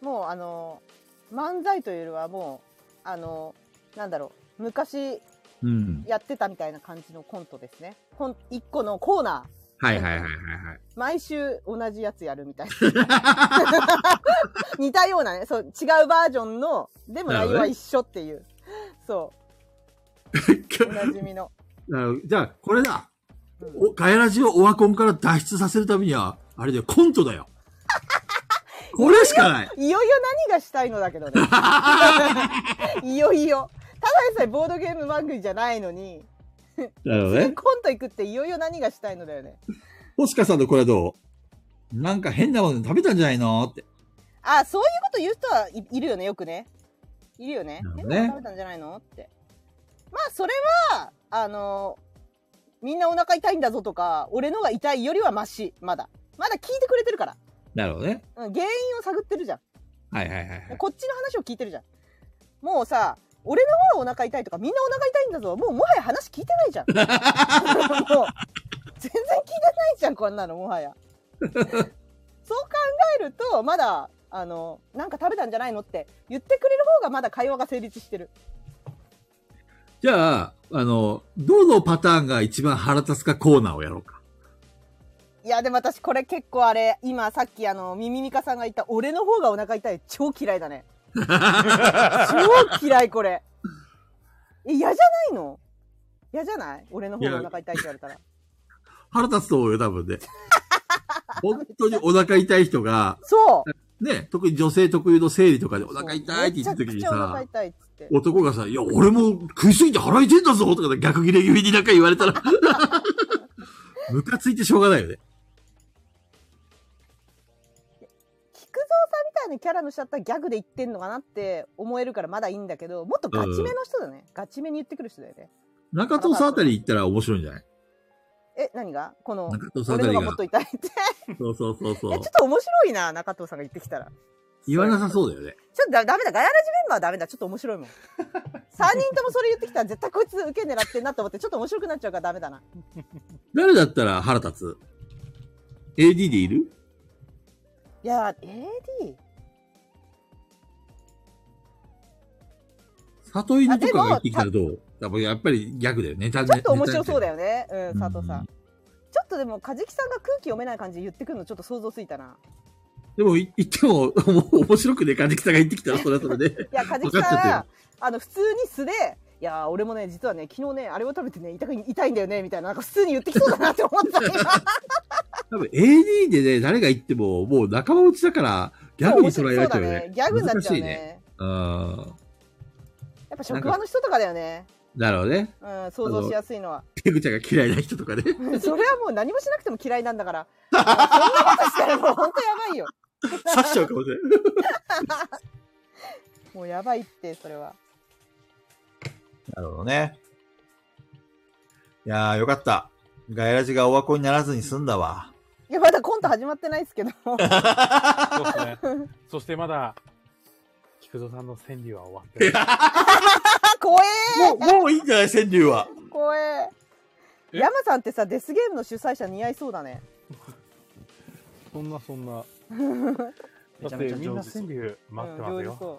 Speaker 4: もう漫才というよりはもう、なんだろう、昔やってたみたいな感じのコントですね。一個のコーナー。
Speaker 3: はい。
Speaker 4: 毎週同じやつやるみたいな。似たようなね、そう、違うバージョンの、でも内容は一緒っていう。そう。おなじみの。
Speaker 3: じゃあ、これだ。ガヤラジをオワコンから脱出させるためには、あれだよ、コントだよ。これしかない。
Speaker 4: いよいよ何がしたいのだけどね。いよいよ。ただでさえボードゲーム番組じゃないのに。
Speaker 3: なるほどね。
Speaker 4: コント行くっていよいよ何がしたいのだよね。
Speaker 3: 星香さんのこれはどう？なんか変なもの食べたんじゃないのって。
Speaker 4: あ、そういうこと言う人はいるよね、よくね。いるよね。変なもの食べたんじゃないのって。まあ、それは、みんなお腹痛いんだぞとか、俺のが痛いよりはマシ。まだ聞いてくれてるから。
Speaker 3: なるほどね。
Speaker 4: 原因を探ってるじゃん。
Speaker 3: はい。
Speaker 4: こっちの話を聞いてるじゃん。もうさ、俺の方がお腹痛いとかみんなお腹痛いんだぞ。もはや話聞いてないじゃん。もう、全然聞いてないじゃん、こんなの、もはや。そう考えると、まだ、なんか食べたんじゃないのって言ってくれる方がまだ会話が成立してる。
Speaker 3: じゃあ、どのパターンが一番腹立つかコーナーをやろうか。
Speaker 4: いや、でも私これ結構今さっきミミミカさんが言った俺の方がお腹痛い。超嫌いだね。超嫌い、これ。嫌じゃないの？嫌じゃない？俺の方がお腹痛いって言われたら。
Speaker 3: 腹立つと思うよ、多分ね。 本当にお腹痛い人が、
Speaker 4: そう
Speaker 3: ね、特に女性特有の生理とかでお腹痛いって言った時に
Speaker 4: めちゃくちゃお腹
Speaker 3: さ、
Speaker 4: 痛いっつって。
Speaker 3: 男がさ、いや、俺も食いすぎて腹痛いんだぞとか逆切れ気味になんか言われたら、ムカついてしょうがないよね。
Speaker 4: 菊蔵さんみたいなキャラの人だったらギャグで言ってんのかなって思えるからまだいいんだけど、もっとガチめの人だね。ガチめに言ってくる人だよね。
Speaker 3: 中藤さんあたり行ったら面白いんじゃない？
Speaker 4: 何がこの、
Speaker 3: 中藤さんあたりが。
Speaker 4: 俺のがもっと痛いって。
Speaker 3: そうそうそうそう。
Speaker 4: ちょっと面白いな、中藤さんが言ってきたら。
Speaker 3: 言わなさそうだよね。
Speaker 4: ちょっとダメだ。ガヤラジメンバーはダメだ。ちょっと面白いもん。3人ともそれ言ってきたら絶対こいつ受け狙ってんなと思ってちょっと面白くなっちゃうからダメだな。
Speaker 3: 誰だったら腹立つ？ AD でいる？
Speaker 4: いや、AD？
Speaker 3: 里犬とかが言ってきたらどう？やっぱりギャグだよね。ちょ
Speaker 4: っと面白そうだよね。うん、佐藤さん。ちょっとでも、カジキさんが空気読めない感じで言ってくるのちょっと想像ついたな。
Speaker 3: でも、言っても、面白くね、カジキさんが言ってきたら、それはそれで。
Speaker 4: いや、カジキさんは、普通に素で、いや、俺もね、実はね、昨日ね、あれを食べてね、痛いんだよね、みたいな、なんか普通に言ってきそうだなって思った今。
Speaker 3: 多分 AD でね、誰が言っても、もう仲間内だから、ギャグに捉えられちゃうよね。
Speaker 4: ギャグになっちゃうね。やっぱ職場の人とかだよね。
Speaker 3: なるほどね。
Speaker 4: うん、想像しやすいのは。
Speaker 3: ペグちゃんが嫌いな人とかね。
Speaker 4: それはもう何もしなくても嫌いなんだから。そんなことしたらもう本当やばいよ。
Speaker 3: 刺しちゃうかもしれない。
Speaker 4: もうやばいって、それは。
Speaker 3: なるほどね。いやー、よかった。ガヤラジがオワコンにならずに済んだわ。
Speaker 4: いや、まだコント始まってないですけど。
Speaker 1: そうですね。そしてまだ、菊蔵さんの川柳は終わってる。
Speaker 4: 怖
Speaker 3: えもういいんじゃない川柳は。
Speaker 4: 怖え。山さんってさ、デスゲームの主催者似合いそうだね。
Speaker 1: そんな。だってみんな川柳待ってますよ。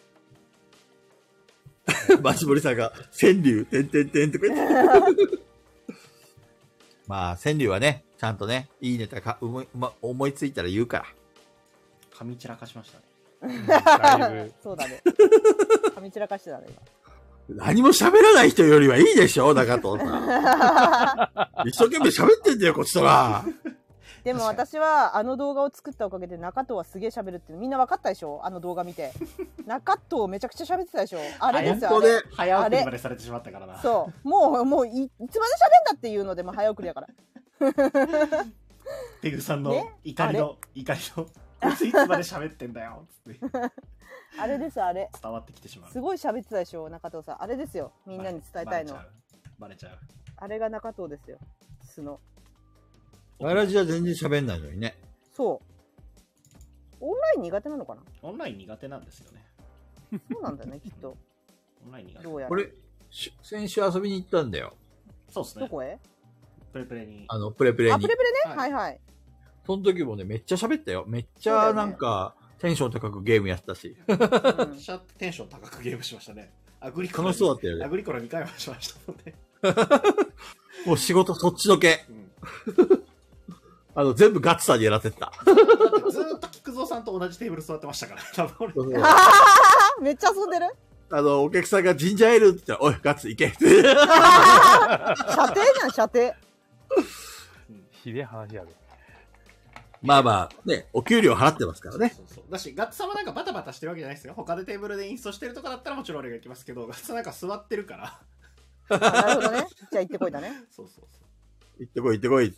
Speaker 3: マシモリさんが、川柳、てんてんてんとか言って。まあ、川柳はね、ちゃんとね、いいネタか思いついたら言うから。
Speaker 2: 噛み散らかしましたね。
Speaker 4: そうだね。噛み散らかしてたね、
Speaker 3: 今。何も喋らない人よりはいいでしょ、中藤さん。一生懸命喋ってんだよ、こっちとら。
Speaker 4: でも私はあの動画を作ったおかげで中藤はすげえ喋るってみんな分かったでしょ、あの動画見て。中藤めちゃくちゃ喋ってたでしょ。あれですよ、あれ。
Speaker 2: 早送りまでされてしまったからな。
Speaker 4: そう。もういつまで喋んだっていうのでも早送りだから。
Speaker 2: ペグさんの怒りの、こいついつまで喋ってんだよつって。
Speaker 4: あれです、あれ。
Speaker 2: 伝わってきてしまう。
Speaker 4: すごい喋ってたでしょ、中藤さん。あれですよ、みんなに伝えたいの。
Speaker 2: バレちゃう。
Speaker 4: あれが中藤ですよ、素の。
Speaker 3: ガヤラジは全然喋んないのにね。
Speaker 4: そう。オンライン苦手なのかな。
Speaker 2: オンライン苦手なんですよね。
Speaker 4: そうなんだね、きっと。
Speaker 2: オンライン苦手。
Speaker 4: どうやら。
Speaker 3: 俺、先週遊びに行ったんだよ。
Speaker 2: そうっすね。
Speaker 4: どこへ？
Speaker 2: プレプレに。
Speaker 3: プレプレに。
Speaker 4: あ、プレプレね。はいはい。
Speaker 3: その時もね、めっちゃ喋ったよ。めっちゃなんか、テンション高くゲームやったし。
Speaker 2: めっちゃテンション高くゲームしましたね。アグリコラ。
Speaker 3: 楽しそうだったよね。
Speaker 2: アグリコラ2回はしましたので。
Speaker 3: もう仕事そっちのけ。全部ガッツさんにやらせてた。
Speaker 2: だってずーっと菊蔵さんと同じテーブル座ってましたから、多分俺。
Speaker 4: めっちゃ遊んでる。
Speaker 3: お客さんがジンジャーエールって言ったら、おい、ガッツ行け。
Speaker 4: 射程じゃん、射程。
Speaker 1: ひでえ話やで。
Speaker 3: まあまあ、ね、お給料払ってますからね。
Speaker 2: そうだし、ガッツさんはなんかバタバタしてるわけじゃないですよ。他でテーブルでインストしてるとかだったらもちろん俺が行きますけど、ガッツさんなんか座ってるから。
Speaker 4: なるほどね。じゃあ行ってこいだね。
Speaker 2: そう。
Speaker 3: 行ってこいって。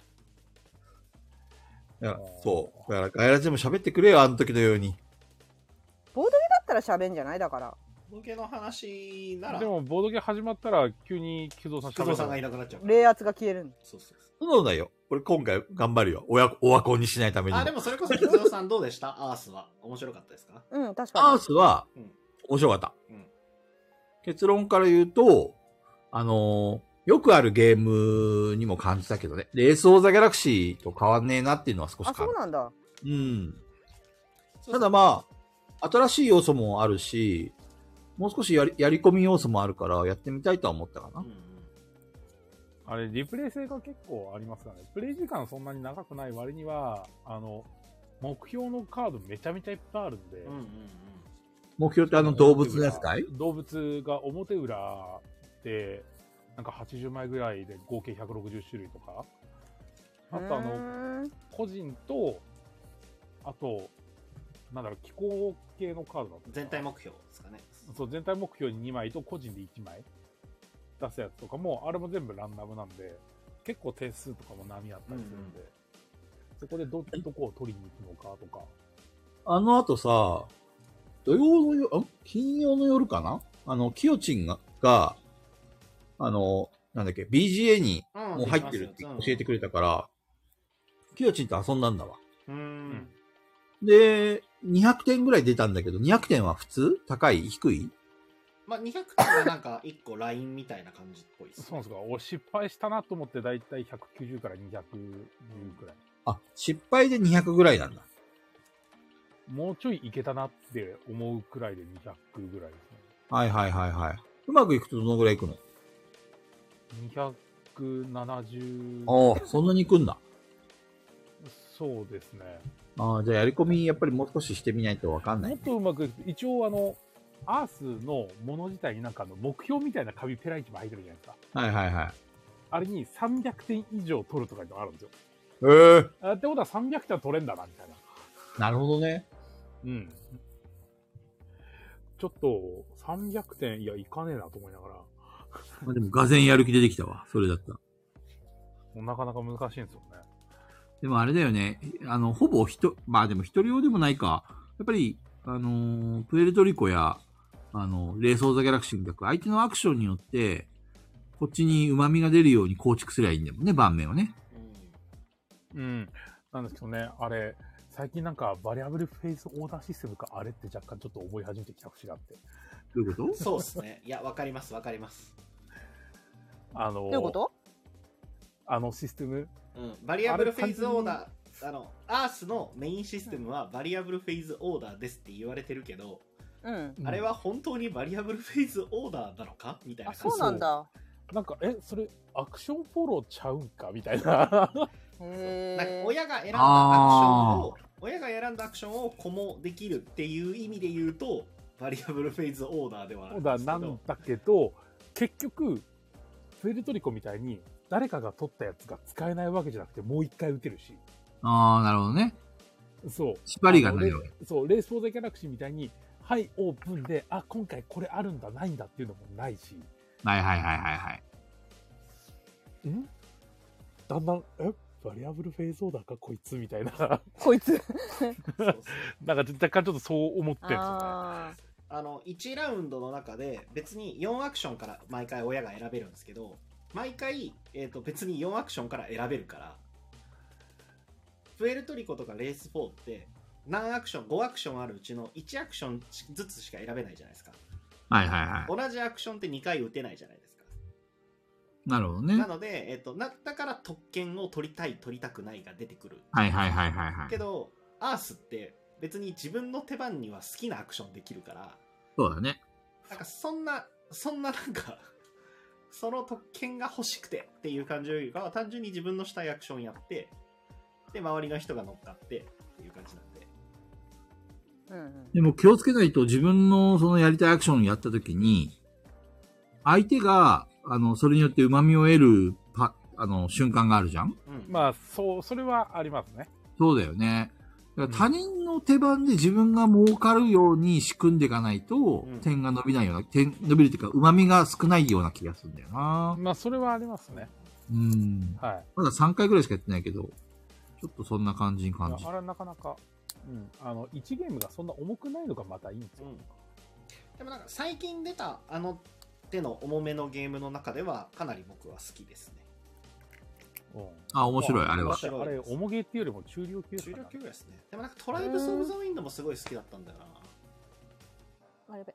Speaker 3: いや、そう。だから、ガヤラジも喋ってくれよ、あの時のように。
Speaker 4: ボードゲだったら喋んじゃないだから。
Speaker 2: ボードゲの話なら。
Speaker 1: でも、ボードゲ始まったら、急に菊蔵さん
Speaker 2: 菊蔵さんがいなくなっちゃう。
Speaker 4: 冷圧が消えるんだ。
Speaker 2: そう。
Speaker 3: そうだよ。俺今回頑張るよ。オワコンにしないために。
Speaker 2: でもそれこそ菊蔵さんどうでしたアースは。面白かったですか？
Speaker 4: うん、確かに。
Speaker 3: アースは、面白かった。結論から言うと、よくあるゲームにも感じたけどね。レースオーザギャラクシーと変わんねえなっていうのは少し感じた。
Speaker 4: そうなんだ。
Speaker 3: うん。ただまあ、新しい要素もあるし、もう少しやり込み要素もあるからやってみたいとは思ったかな。
Speaker 1: あれ、リプレイ性が結構ありますからね。プレイ時間そんなに長くない割には、目標のカードめちゃめちゃいっぱいあるんで。
Speaker 3: 目標って動物のやつかい？
Speaker 1: 動物が表裏で、なんか80枚ぐらいで合計160種類とか。 あと個人と、あと、なんだろう、気候系のカードだった。
Speaker 2: 全体目標ですかね。
Speaker 1: そう、全体目標に2枚と個人で1枚出すやつとかも、あれも全部ランダムなんで、結構点数とかも波あったりするんで、そこでどこを取りに行くのかとか。
Speaker 3: あの後さ、金曜の夜かなキヨチンが、なんだっけ、BGA にもう入ってるって教えてくれたから、キヨチンと遊んだんだわ。で、200点ぐらい出たんだけど、200点は普通？高い？低い？
Speaker 2: まあ、200点はなんか1個ラインみたいな感じっぽいです、ね。
Speaker 1: そうですか。俺失敗したなと思ってだいたい190から210くらい。
Speaker 3: あ、失敗で200ぐらいなんだ。
Speaker 1: もうちょいいけたなって思うくらいで200ぐらいですね。
Speaker 3: はいはいはいはい。うまくいくとどのぐらいいくの？
Speaker 1: 270。
Speaker 3: ああ、そんなにいくんだ。
Speaker 1: そうですね。
Speaker 3: ああ、じゃあやり込みやっぱりもう少ししてみないとわかんない、
Speaker 1: もっとうまくいく。一応アースのもの自体になんか目標みたいな紙ペラ1枚入ってるじゃないですか。
Speaker 3: はいはいはい。
Speaker 1: あれに300点以上取るとかいうのがあるんですよ。ってことは300点は取れんだな、みたいな。
Speaker 3: なるほどね。
Speaker 1: うん。ちょっと、300点、いや、いかねえなと思いながら。
Speaker 3: まあでも、がぜんやる気出てきたわ。それだったら。
Speaker 1: もうなかなか難しいんですよね。
Speaker 3: でもあれだよね。ほぼまあでも一人用でもないか。やっぱり、プエルトリコや、レースオーザギャラクシーみたく、相手のアクションによって、こっちに旨味が出るように構築すればいいんだもんね、盤面をね。
Speaker 1: うん。なんですけどね、あれ、最近なんかバリアブルフェイスオーダーシステムかあれって若干ちょっと覚え始めてきた節があって。
Speaker 3: どういうこと？
Speaker 2: そうですね。いや、わかります。わかります。
Speaker 4: どういうこと？
Speaker 1: システム？
Speaker 2: うん。バリアブルフェイズオーダー、アースのメインシステムはバリアブルフェイズオーダーですって言われてるけど、
Speaker 4: うん。
Speaker 2: あれは本当にバリアブルフェイズオーダーなのかみたいな
Speaker 4: 感じ。あ、そうなんだ。
Speaker 1: なんか、それ、アクションフォローちゃうんかみたいな。
Speaker 2: なんか親が選んだアクションを子もできるっていう意味で言うと、バリアブルフェイズオーダーではあるんですけど。
Speaker 1: なんだけど、結局、プエルトリコみたいに誰かが取ったやつが使えないわけじゃなくて、もう一回打てるし。
Speaker 3: ああ、なるほどね。
Speaker 1: そう。
Speaker 3: 縛りがないわけ。
Speaker 1: そう、レースフォーザギャラクシーみたいに、はい、オープンで、あ、今回これあるんだ、ないんだっていうのもないし。
Speaker 3: はいはいはいはいはい。
Speaker 1: だんだん、バリアブルフェイズオーダーかこいつみたいな。
Speaker 4: こいつ。
Speaker 1: なんか若干ちょっとそう思ってるんですよね。
Speaker 2: 1ラウンドの中で別に4アクションから毎回親が選べるんですけど、毎回、別に4アクションから選べるから、プエルトリコとかレース4って何アクション、5アクションあるうちの1アクションずつしか選べないじゃないですか。
Speaker 3: はいはいはい。
Speaker 2: 同じアクションって2回打てないじゃないですか。
Speaker 3: なるほどね。
Speaker 2: なので、だから特権を取りたい、取りたくないが出てくる。
Speaker 3: はいはいはいはいはい。
Speaker 2: けど、アースって別に自分の手番には好きなアクションできるから、
Speaker 3: そうだね。
Speaker 2: なんかそんななんか、その特権が欲しくてっていう感じよりかは、単純に自分のしたいアクションやって、で、周りの人が乗っかってっていう感じなんで。
Speaker 3: でも気をつけないと自分のそのやりたいアクションをやったときに、相手が、それによって旨味を得る瞬間があるじゃん？
Speaker 1: まあ、それはありますね。
Speaker 3: そうだよね。だから他人の手番で自分が儲かるように仕組んでいかないと、点が伸びないような、伸びるっていうか、旨味が少ないような気がするんだよな。
Speaker 1: まあ、それはありますね。はい。
Speaker 3: まだ3回ぐらいしかやってないけど、ちょっとそんな感じに感じる。
Speaker 1: あれはなかなか、1ゲームがそんな重くないのがまたいいんですよ。
Speaker 2: でもなんか最近出た手の重めのゲームの中ではかなり僕は好きですね。
Speaker 3: 面白い、あれは。
Speaker 1: あれ、重ゲーっていうよりも中量級ですね。
Speaker 2: 中量級ですね。でもなんかトライブス・オブ・ザ・ウィンドもすごい好きだったんだよな。
Speaker 4: あ、やべ。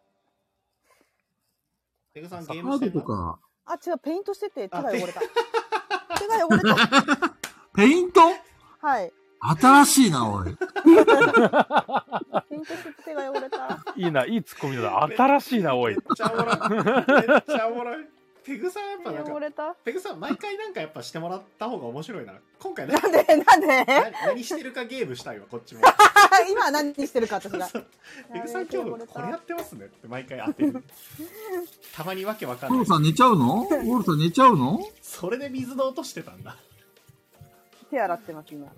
Speaker 2: ペグさんゲームしてるの？
Speaker 3: とか。
Speaker 4: あ、違う、ペイントしてて手が汚れた。手が汚れた。
Speaker 3: ペイント？
Speaker 4: はい。
Speaker 3: 新しいな、おい。
Speaker 4: ペイントしてて手が汚れた。
Speaker 1: いいな、いいツッコミだな。新しいな、おい。
Speaker 2: めっちゃおもろい。めっちゃおもろい。ペグさんやっぱなんか、ペグさん毎回なんかやっぱしてもらった方が面白いな。今回
Speaker 4: なんで
Speaker 2: 何してるかゲームしたいわ、こっちも。
Speaker 4: 今何してるか私が。
Speaker 2: ペグさん今日これやってますねって毎回当てる。たまにわけわかんない。
Speaker 3: ウォルさん寝ちゃうの？ウォルさん寝ちゃうの？
Speaker 2: それで水の音してたんだ。
Speaker 4: 手洗ってます、今。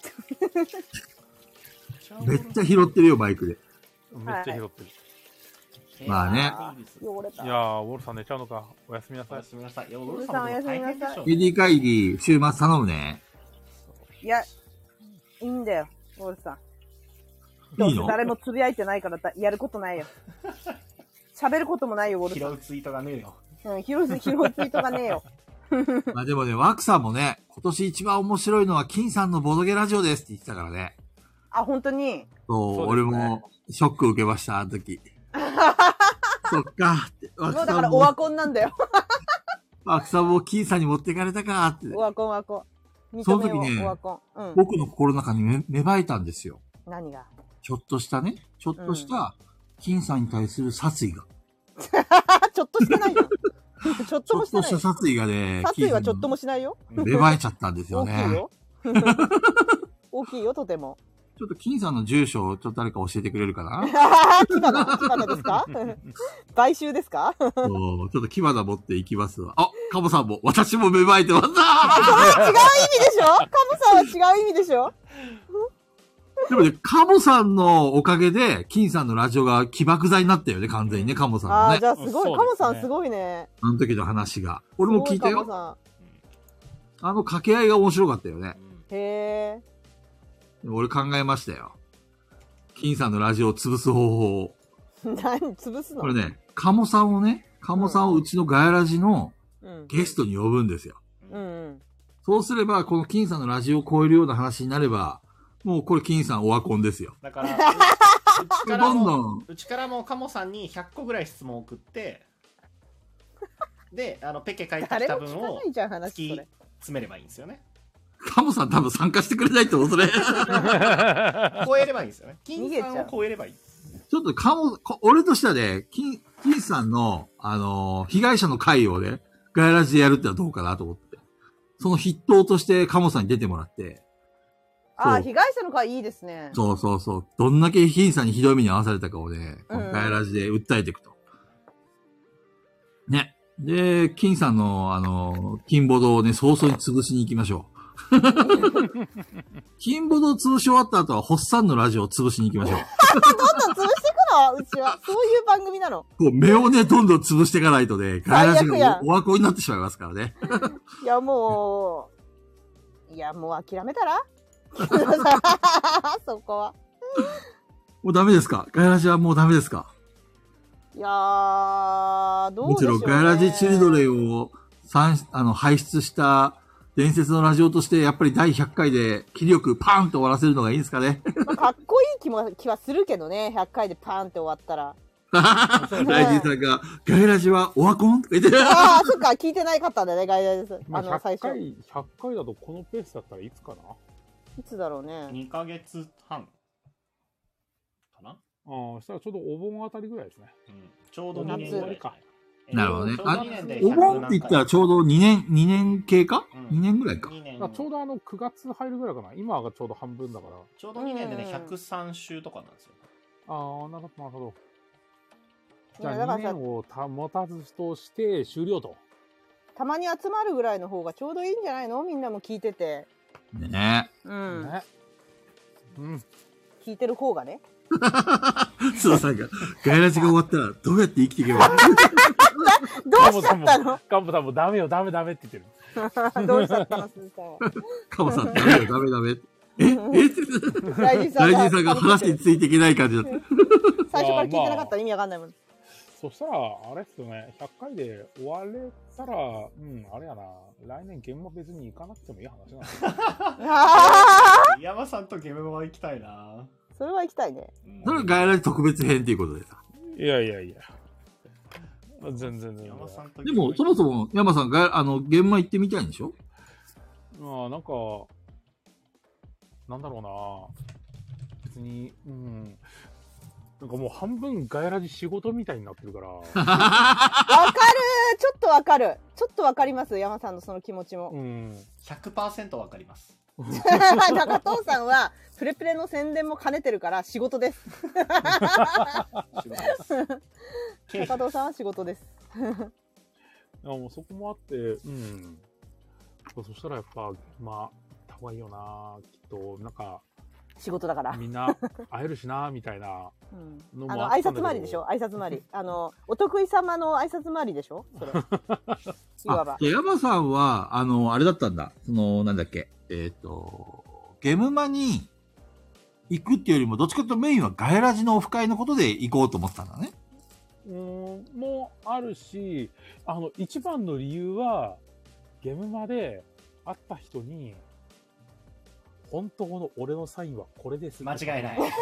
Speaker 3: めっちゃ拾ってるよ、バイクで。
Speaker 1: めっちゃ拾ってる。
Speaker 3: まあね。
Speaker 4: 汚れた。
Speaker 1: いやー、ウォルさん寝ちゃうのか。おやすみな
Speaker 2: お
Speaker 1: さい。
Speaker 2: やすみなさい。いや、ウ
Speaker 4: ォルさんおやすみなさい
Speaker 3: メディ会議、週末頼むね。
Speaker 4: いや、いいんだよ、ウォルさん。
Speaker 3: いいの？
Speaker 4: 誰もつぶやいてないからやることないよ。喋ることもないよ、ウォルさん。
Speaker 2: 拾うツイートがねえよ。
Speaker 4: うん、拾うツイートがねえよ。
Speaker 3: まあでもね、ワクさんもね、今年一番面白いのは金さんのボドゲラジオですって言ってたからね。
Speaker 4: あ、本当に。
Speaker 3: そう、
Speaker 1: そうですね
Speaker 3: 俺もショック受けました、あの時。そっかって。
Speaker 4: もうだからオワコンなんだよ。
Speaker 3: ワクさんも金さんに持ってかれたかって。
Speaker 4: オワコン、オワコン。
Speaker 3: その時ね
Speaker 4: オワコン。うん。
Speaker 3: 僕の心の中に芽生えたんですよ。
Speaker 4: 何が
Speaker 3: ちょっとしたね、ちょっとした金さんに対する殺意が。
Speaker 4: ちょっとしてないよ。ちょっ
Speaker 3: ちょっと
Speaker 4: ともしてないよ。
Speaker 3: した殺意がね、
Speaker 4: 殺意はちょっともしないよ。
Speaker 3: 芽生えちゃったんですよ
Speaker 4: 大きい
Speaker 3: ね。
Speaker 4: よ。大きいよ、とても。
Speaker 3: ちょっと金さんの住所をちょっと誰か教えてくれるかな
Speaker 4: キバナですか買収ですか
Speaker 3: そうちょっと牙だ持っていきますわ。あ、カモさんも、私も芽生えてます。
Speaker 4: 違う意味でしょカモさんは違う意味でしょ
Speaker 3: でもね、カモさんのおかげで、金さんのラジオが起爆剤になったよね、完全にね、カモさんの
Speaker 4: ああ、
Speaker 3: ね
Speaker 4: じ。ゃあすごい。
Speaker 1: そうですね
Speaker 4: カモさんすごいね。
Speaker 3: あの時の話が。俺も聞いたよ。
Speaker 4: すごカモさ
Speaker 3: あの掛け合いが面白かったよね。
Speaker 4: んへ
Speaker 3: 俺考えましたよ。金さんのラジオを潰す方法を。
Speaker 4: え。何潰すの
Speaker 3: これね、カモさんをうちのガヤラジの
Speaker 4: うん。
Speaker 3: ゲストに呼ぶんですよ。
Speaker 4: うんうん。
Speaker 3: そうすれば、この金さんのラジオを超えるような話になれば、もうこれ金さんオワコンですよ。
Speaker 2: だから、うちからもカモさんに100個ぐらい質問を送って、で、ペケ返ってき
Speaker 4: 誰
Speaker 2: た分を
Speaker 4: も聞かないじゃん、話
Speaker 2: 突き
Speaker 4: それ。
Speaker 2: 詰めればいいんですよね。
Speaker 3: カモさん多分参加してくれないと思う、それ。ち
Speaker 2: 超えればいいんですよね。金さんを超えればいい。
Speaker 3: ょっと俺としてはね、金さんの、被害者の会をね、ガヤラジでやるってのはどうかなと思って。その筆頭としてカモさんに出てもらって、
Speaker 4: ああ、
Speaker 3: そう
Speaker 4: 被害者の会いいですね。
Speaker 3: そうそうそう。どんだけ金さんにひどい目に遭わされたかをね、
Speaker 4: うん
Speaker 3: ガヤラジで訴えていくと。ね。で、金さんの、金ボドをね、早々に潰しに行きましょう。金ボドを潰し終わった後は、ホッサンのラジオを潰しに行きましょう。
Speaker 4: どんどん潰していくのうちは。そういう番組なの。
Speaker 3: こう、目をね、どんどん潰していかないとね、ガヤラジ
Speaker 4: 最悪やん
Speaker 3: がおわこになってしまいますからね。
Speaker 4: いや、もう諦めたらそこは。
Speaker 3: もうダメですか？ガヤラジはもうダメですか？
Speaker 4: いやー、どう
Speaker 3: もち
Speaker 4: でしょう、ね。
Speaker 3: ろんガヤラジチルドレンを輩出した伝説のラジオとして、やっぱり第100回で気力パーンと終わらせるのがいいんですかね。
Speaker 4: まあかっこいい気はするけどね、100回でパーンって終わったら。
Speaker 3: ライジンさんが、ガヤラジはオワコンとか言ってる。
Speaker 4: ああ、そっか、聞いてないかったんだね、外来です。
Speaker 1: まあ、
Speaker 4: 最
Speaker 1: 100
Speaker 4: 初。
Speaker 1: 回、100回だとこのペースだったらいつかない
Speaker 4: つだろうね。
Speaker 2: 2ヶ月半かな、
Speaker 1: ああ、そしたらちょうどお盆あたりぐらいですね。
Speaker 2: うん、ちょうど2年ぐらいか。
Speaker 3: なるほどね
Speaker 2: ちょうど2年で
Speaker 3: お盆って言ったらちょうど2年系か、
Speaker 2: うん
Speaker 3: ?2 年ぐらいか。
Speaker 2: 2年
Speaker 1: だからちょうど9月入るぐらいかな。今がちょうど半分だから。
Speaker 2: ちょうど2年でね、103週とかなんですよ。
Speaker 1: ああ、なるほど、なるほど。じ
Speaker 4: いや
Speaker 1: ゃあ2
Speaker 4: だからさ
Speaker 1: 年を持たずとして終了と。
Speaker 4: たまに集まるぐらいの方がちょうどいいんじゃないの？みんなも聞いてて。
Speaker 3: ね
Speaker 4: うん。
Speaker 1: ね。うん。
Speaker 4: 聞いてる方がね。
Speaker 3: そうさんが、ガヤラジが終わったらどうやって生きていけばいい
Speaker 4: どうしちゃったの？
Speaker 1: カンポさんもダメよ、ダメダメって言ってる。
Speaker 4: どうしちゃったの？鈴さんは。
Speaker 3: カモさん、ダメよ、ダメダメ。えって
Speaker 4: 大臣
Speaker 3: ライジンさんが話についていけない感じだった。
Speaker 4: 最初から聞いてなかったら意味わかんないもん。
Speaker 1: そしたら、あれっすよね、100回で終われたら、あれやな、来年現場別に行かなくてもいい話なんですよ。
Speaker 4: ああ、
Speaker 2: 山さんとゲームは行きたいな。
Speaker 4: それは行きたいね。
Speaker 3: それがガヤラジ特別編っていうことでさ。
Speaker 1: いやいやいや。全然。
Speaker 2: 山さんと
Speaker 3: でも、そもそも、山さんが、現場行ってみたいんでしょ？
Speaker 1: まあ、なんか、なんだろうな、別に、なんかもう半分ガヤラジ仕事みたいになってるから。
Speaker 4: わかる。ちょっとわかる。ちょっとわかります。山さんのその気持ちも。
Speaker 2: 100% わかります。
Speaker 4: 中藤さんはプレプレの宣伝も兼ねてるから仕事です。中藤さんは仕事です。
Speaker 1: いやもうそこもあって、そしたらやっぱ、まあ、多方がいいよな。きっと、なんか、
Speaker 4: 仕事だから。
Speaker 1: みんな会えるしな、みたいなのもあ
Speaker 4: 挨
Speaker 1: ったんだけど。
Speaker 4: 拶回りでしょ挨拶回り。お得意様の挨拶回りでしょそれ。いわば。
Speaker 3: 山さんは、あれだったんだ。なんだっけ。ゲムマに行くっていうよりも、どっちかというとメインはガヤラジのオフ会のことで行こうと思ってたんだね。
Speaker 1: もあるし、一番の理由は、ゲムマで会った人に、本当の俺のサインはこれです。
Speaker 2: 間違いない。間違いない。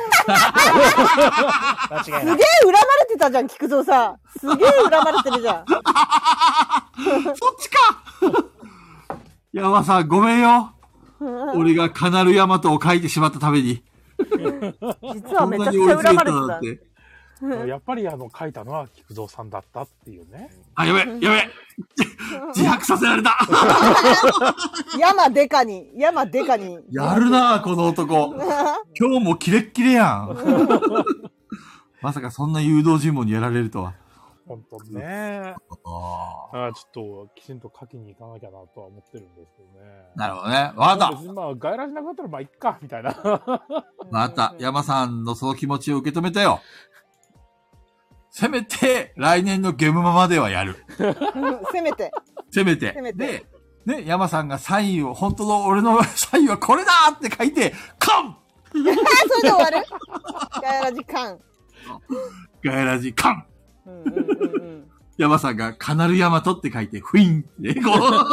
Speaker 4: すげえ恨まれてたじゃん、菊蔵さん。すげえ恨まれてるじゃん。
Speaker 3: そっちか山さん、ごめんよ。俺がカナルヤマトを書いてしまったために。
Speaker 4: 実はめちゃくちゃ恨まれてた。
Speaker 1: やっぱり書いたのは菊蔵さんだったっていうね。
Speaker 3: あ、やべ自白させられた
Speaker 4: 山デカに。
Speaker 3: やるなこの男。今日もキレッキレやん。まさかそんな誘導尋問にやられるとは。
Speaker 1: 本当ね。ちょっときちんと書きに行かなきゃなとは思ってるんですけどね。
Speaker 3: なるほどね。わかった。
Speaker 1: まあ、ガイラジなかったらまあいっか、みたいな。
Speaker 3: わかった。山さんのその気持ちを受け止めたよ。せめて、来年のゲムマまではやる。
Speaker 4: せめて。
Speaker 3: で、ね、山さんがサインを、本当の俺のサインはこれだって書いて、カン
Speaker 4: それで終わるガヤラジカン。
Speaker 3: ガヤラジカン山さんがカナルヤマトって書いて、フィンって、こ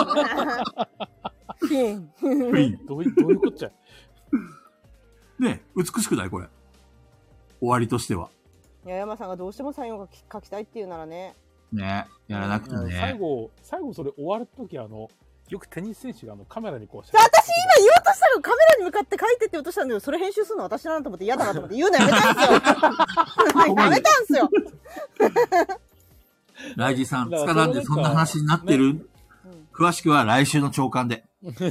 Speaker 3: う。
Speaker 4: フィン。
Speaker 1: どういうこっちゃ。
Speaker 3: ね、美しくないこれ。終わりとしては。
Speaker 4: いや、山さんがどうしてもサインを書きたいっていうならね。
Speaker 3: ね、やらなくてね。
Speaker 1: 最後それ終わるときよくテニス選手がカメラにこう。
Speaker 4: 私今言おうとしたのカメラに向かって書いてって言おうとしたんだけど、それ編集するの私だなと思って嫌だなと思って言うのやめたんすよ。やめたんすよ。
Speaker 3: ライジさん、つかなんでそんな話になってる、詳しくは来週の朝刊で。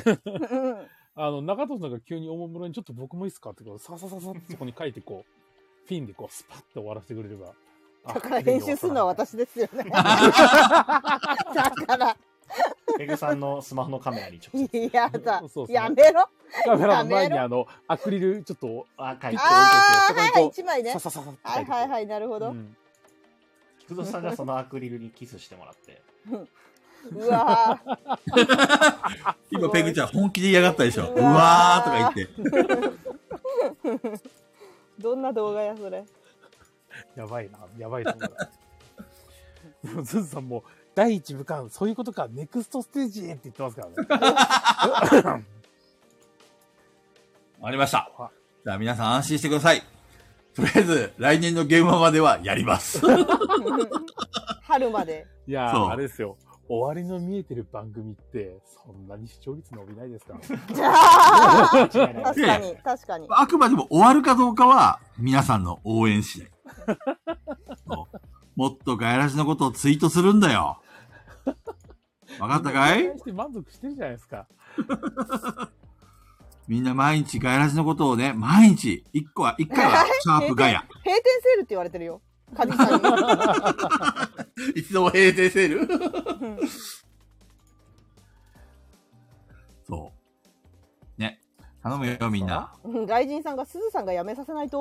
Speaker 1: 中藤さんが急におもむろにちょっと僕もいいっすかってササササってそこに書いてこう、フィンでこうスパッと終わらせてくれれば。
Speaker 4: だから編集するのは私ですよね。だから。
Speaker 2: ペグさんのスマホのカメラに直接。
Speaker 4: やだ。やめろ。
Speaker 1: カメラの前にアクリルちょっと、
Speaker 2: 書いて。
Speaker 4: はいはい、一枚ね。
Speaker 1: ササササって
Speaker 4: はいはいはい、なるほど。
Speaker 2: 菊蔵さんがそのアクリルにキスしてもらって。
Speaker 4: うわ
Speaker 3: ぁ。今ペグちゃん本気で嫌がったでしょ。うわーとか言って。
Speaker 4: どんな動画や、それ。
Speaker 1: やばいな、やばいと思う。ズンさんも、第一部間、そういうことか、ネクストステージへって言ってますからね。
Speaker 3: ありました。じゃあ皆さん安心してください。とりあえず、来年のゲームまではやります。
Speaker 4: 春まで。
Speaker 1: いやー、あれですよ。終わりの見えてる番組って、そんなに視聴率伸びないですから。
Speaker 4: 確かに、確かに。
Speaker 3: あくまでも終わるかどうかは、皆さんの応援次第。もっとガヤラジのことをツイートするんだよ。わかったかい？
Speaker 1: 満足してるじゃないですか。
Speaker 3: みんな毎日ガヤラジのことをね、毎日、一回はシャープガヤ。
Speaker 4: 閉店セールって言われてるよ。カジさん
Speaker 3: に。いつでも閉店セールそう。ね。頼むよ、みんな。
Speaker 4: 外人さんが、すずさんが辞めさせないと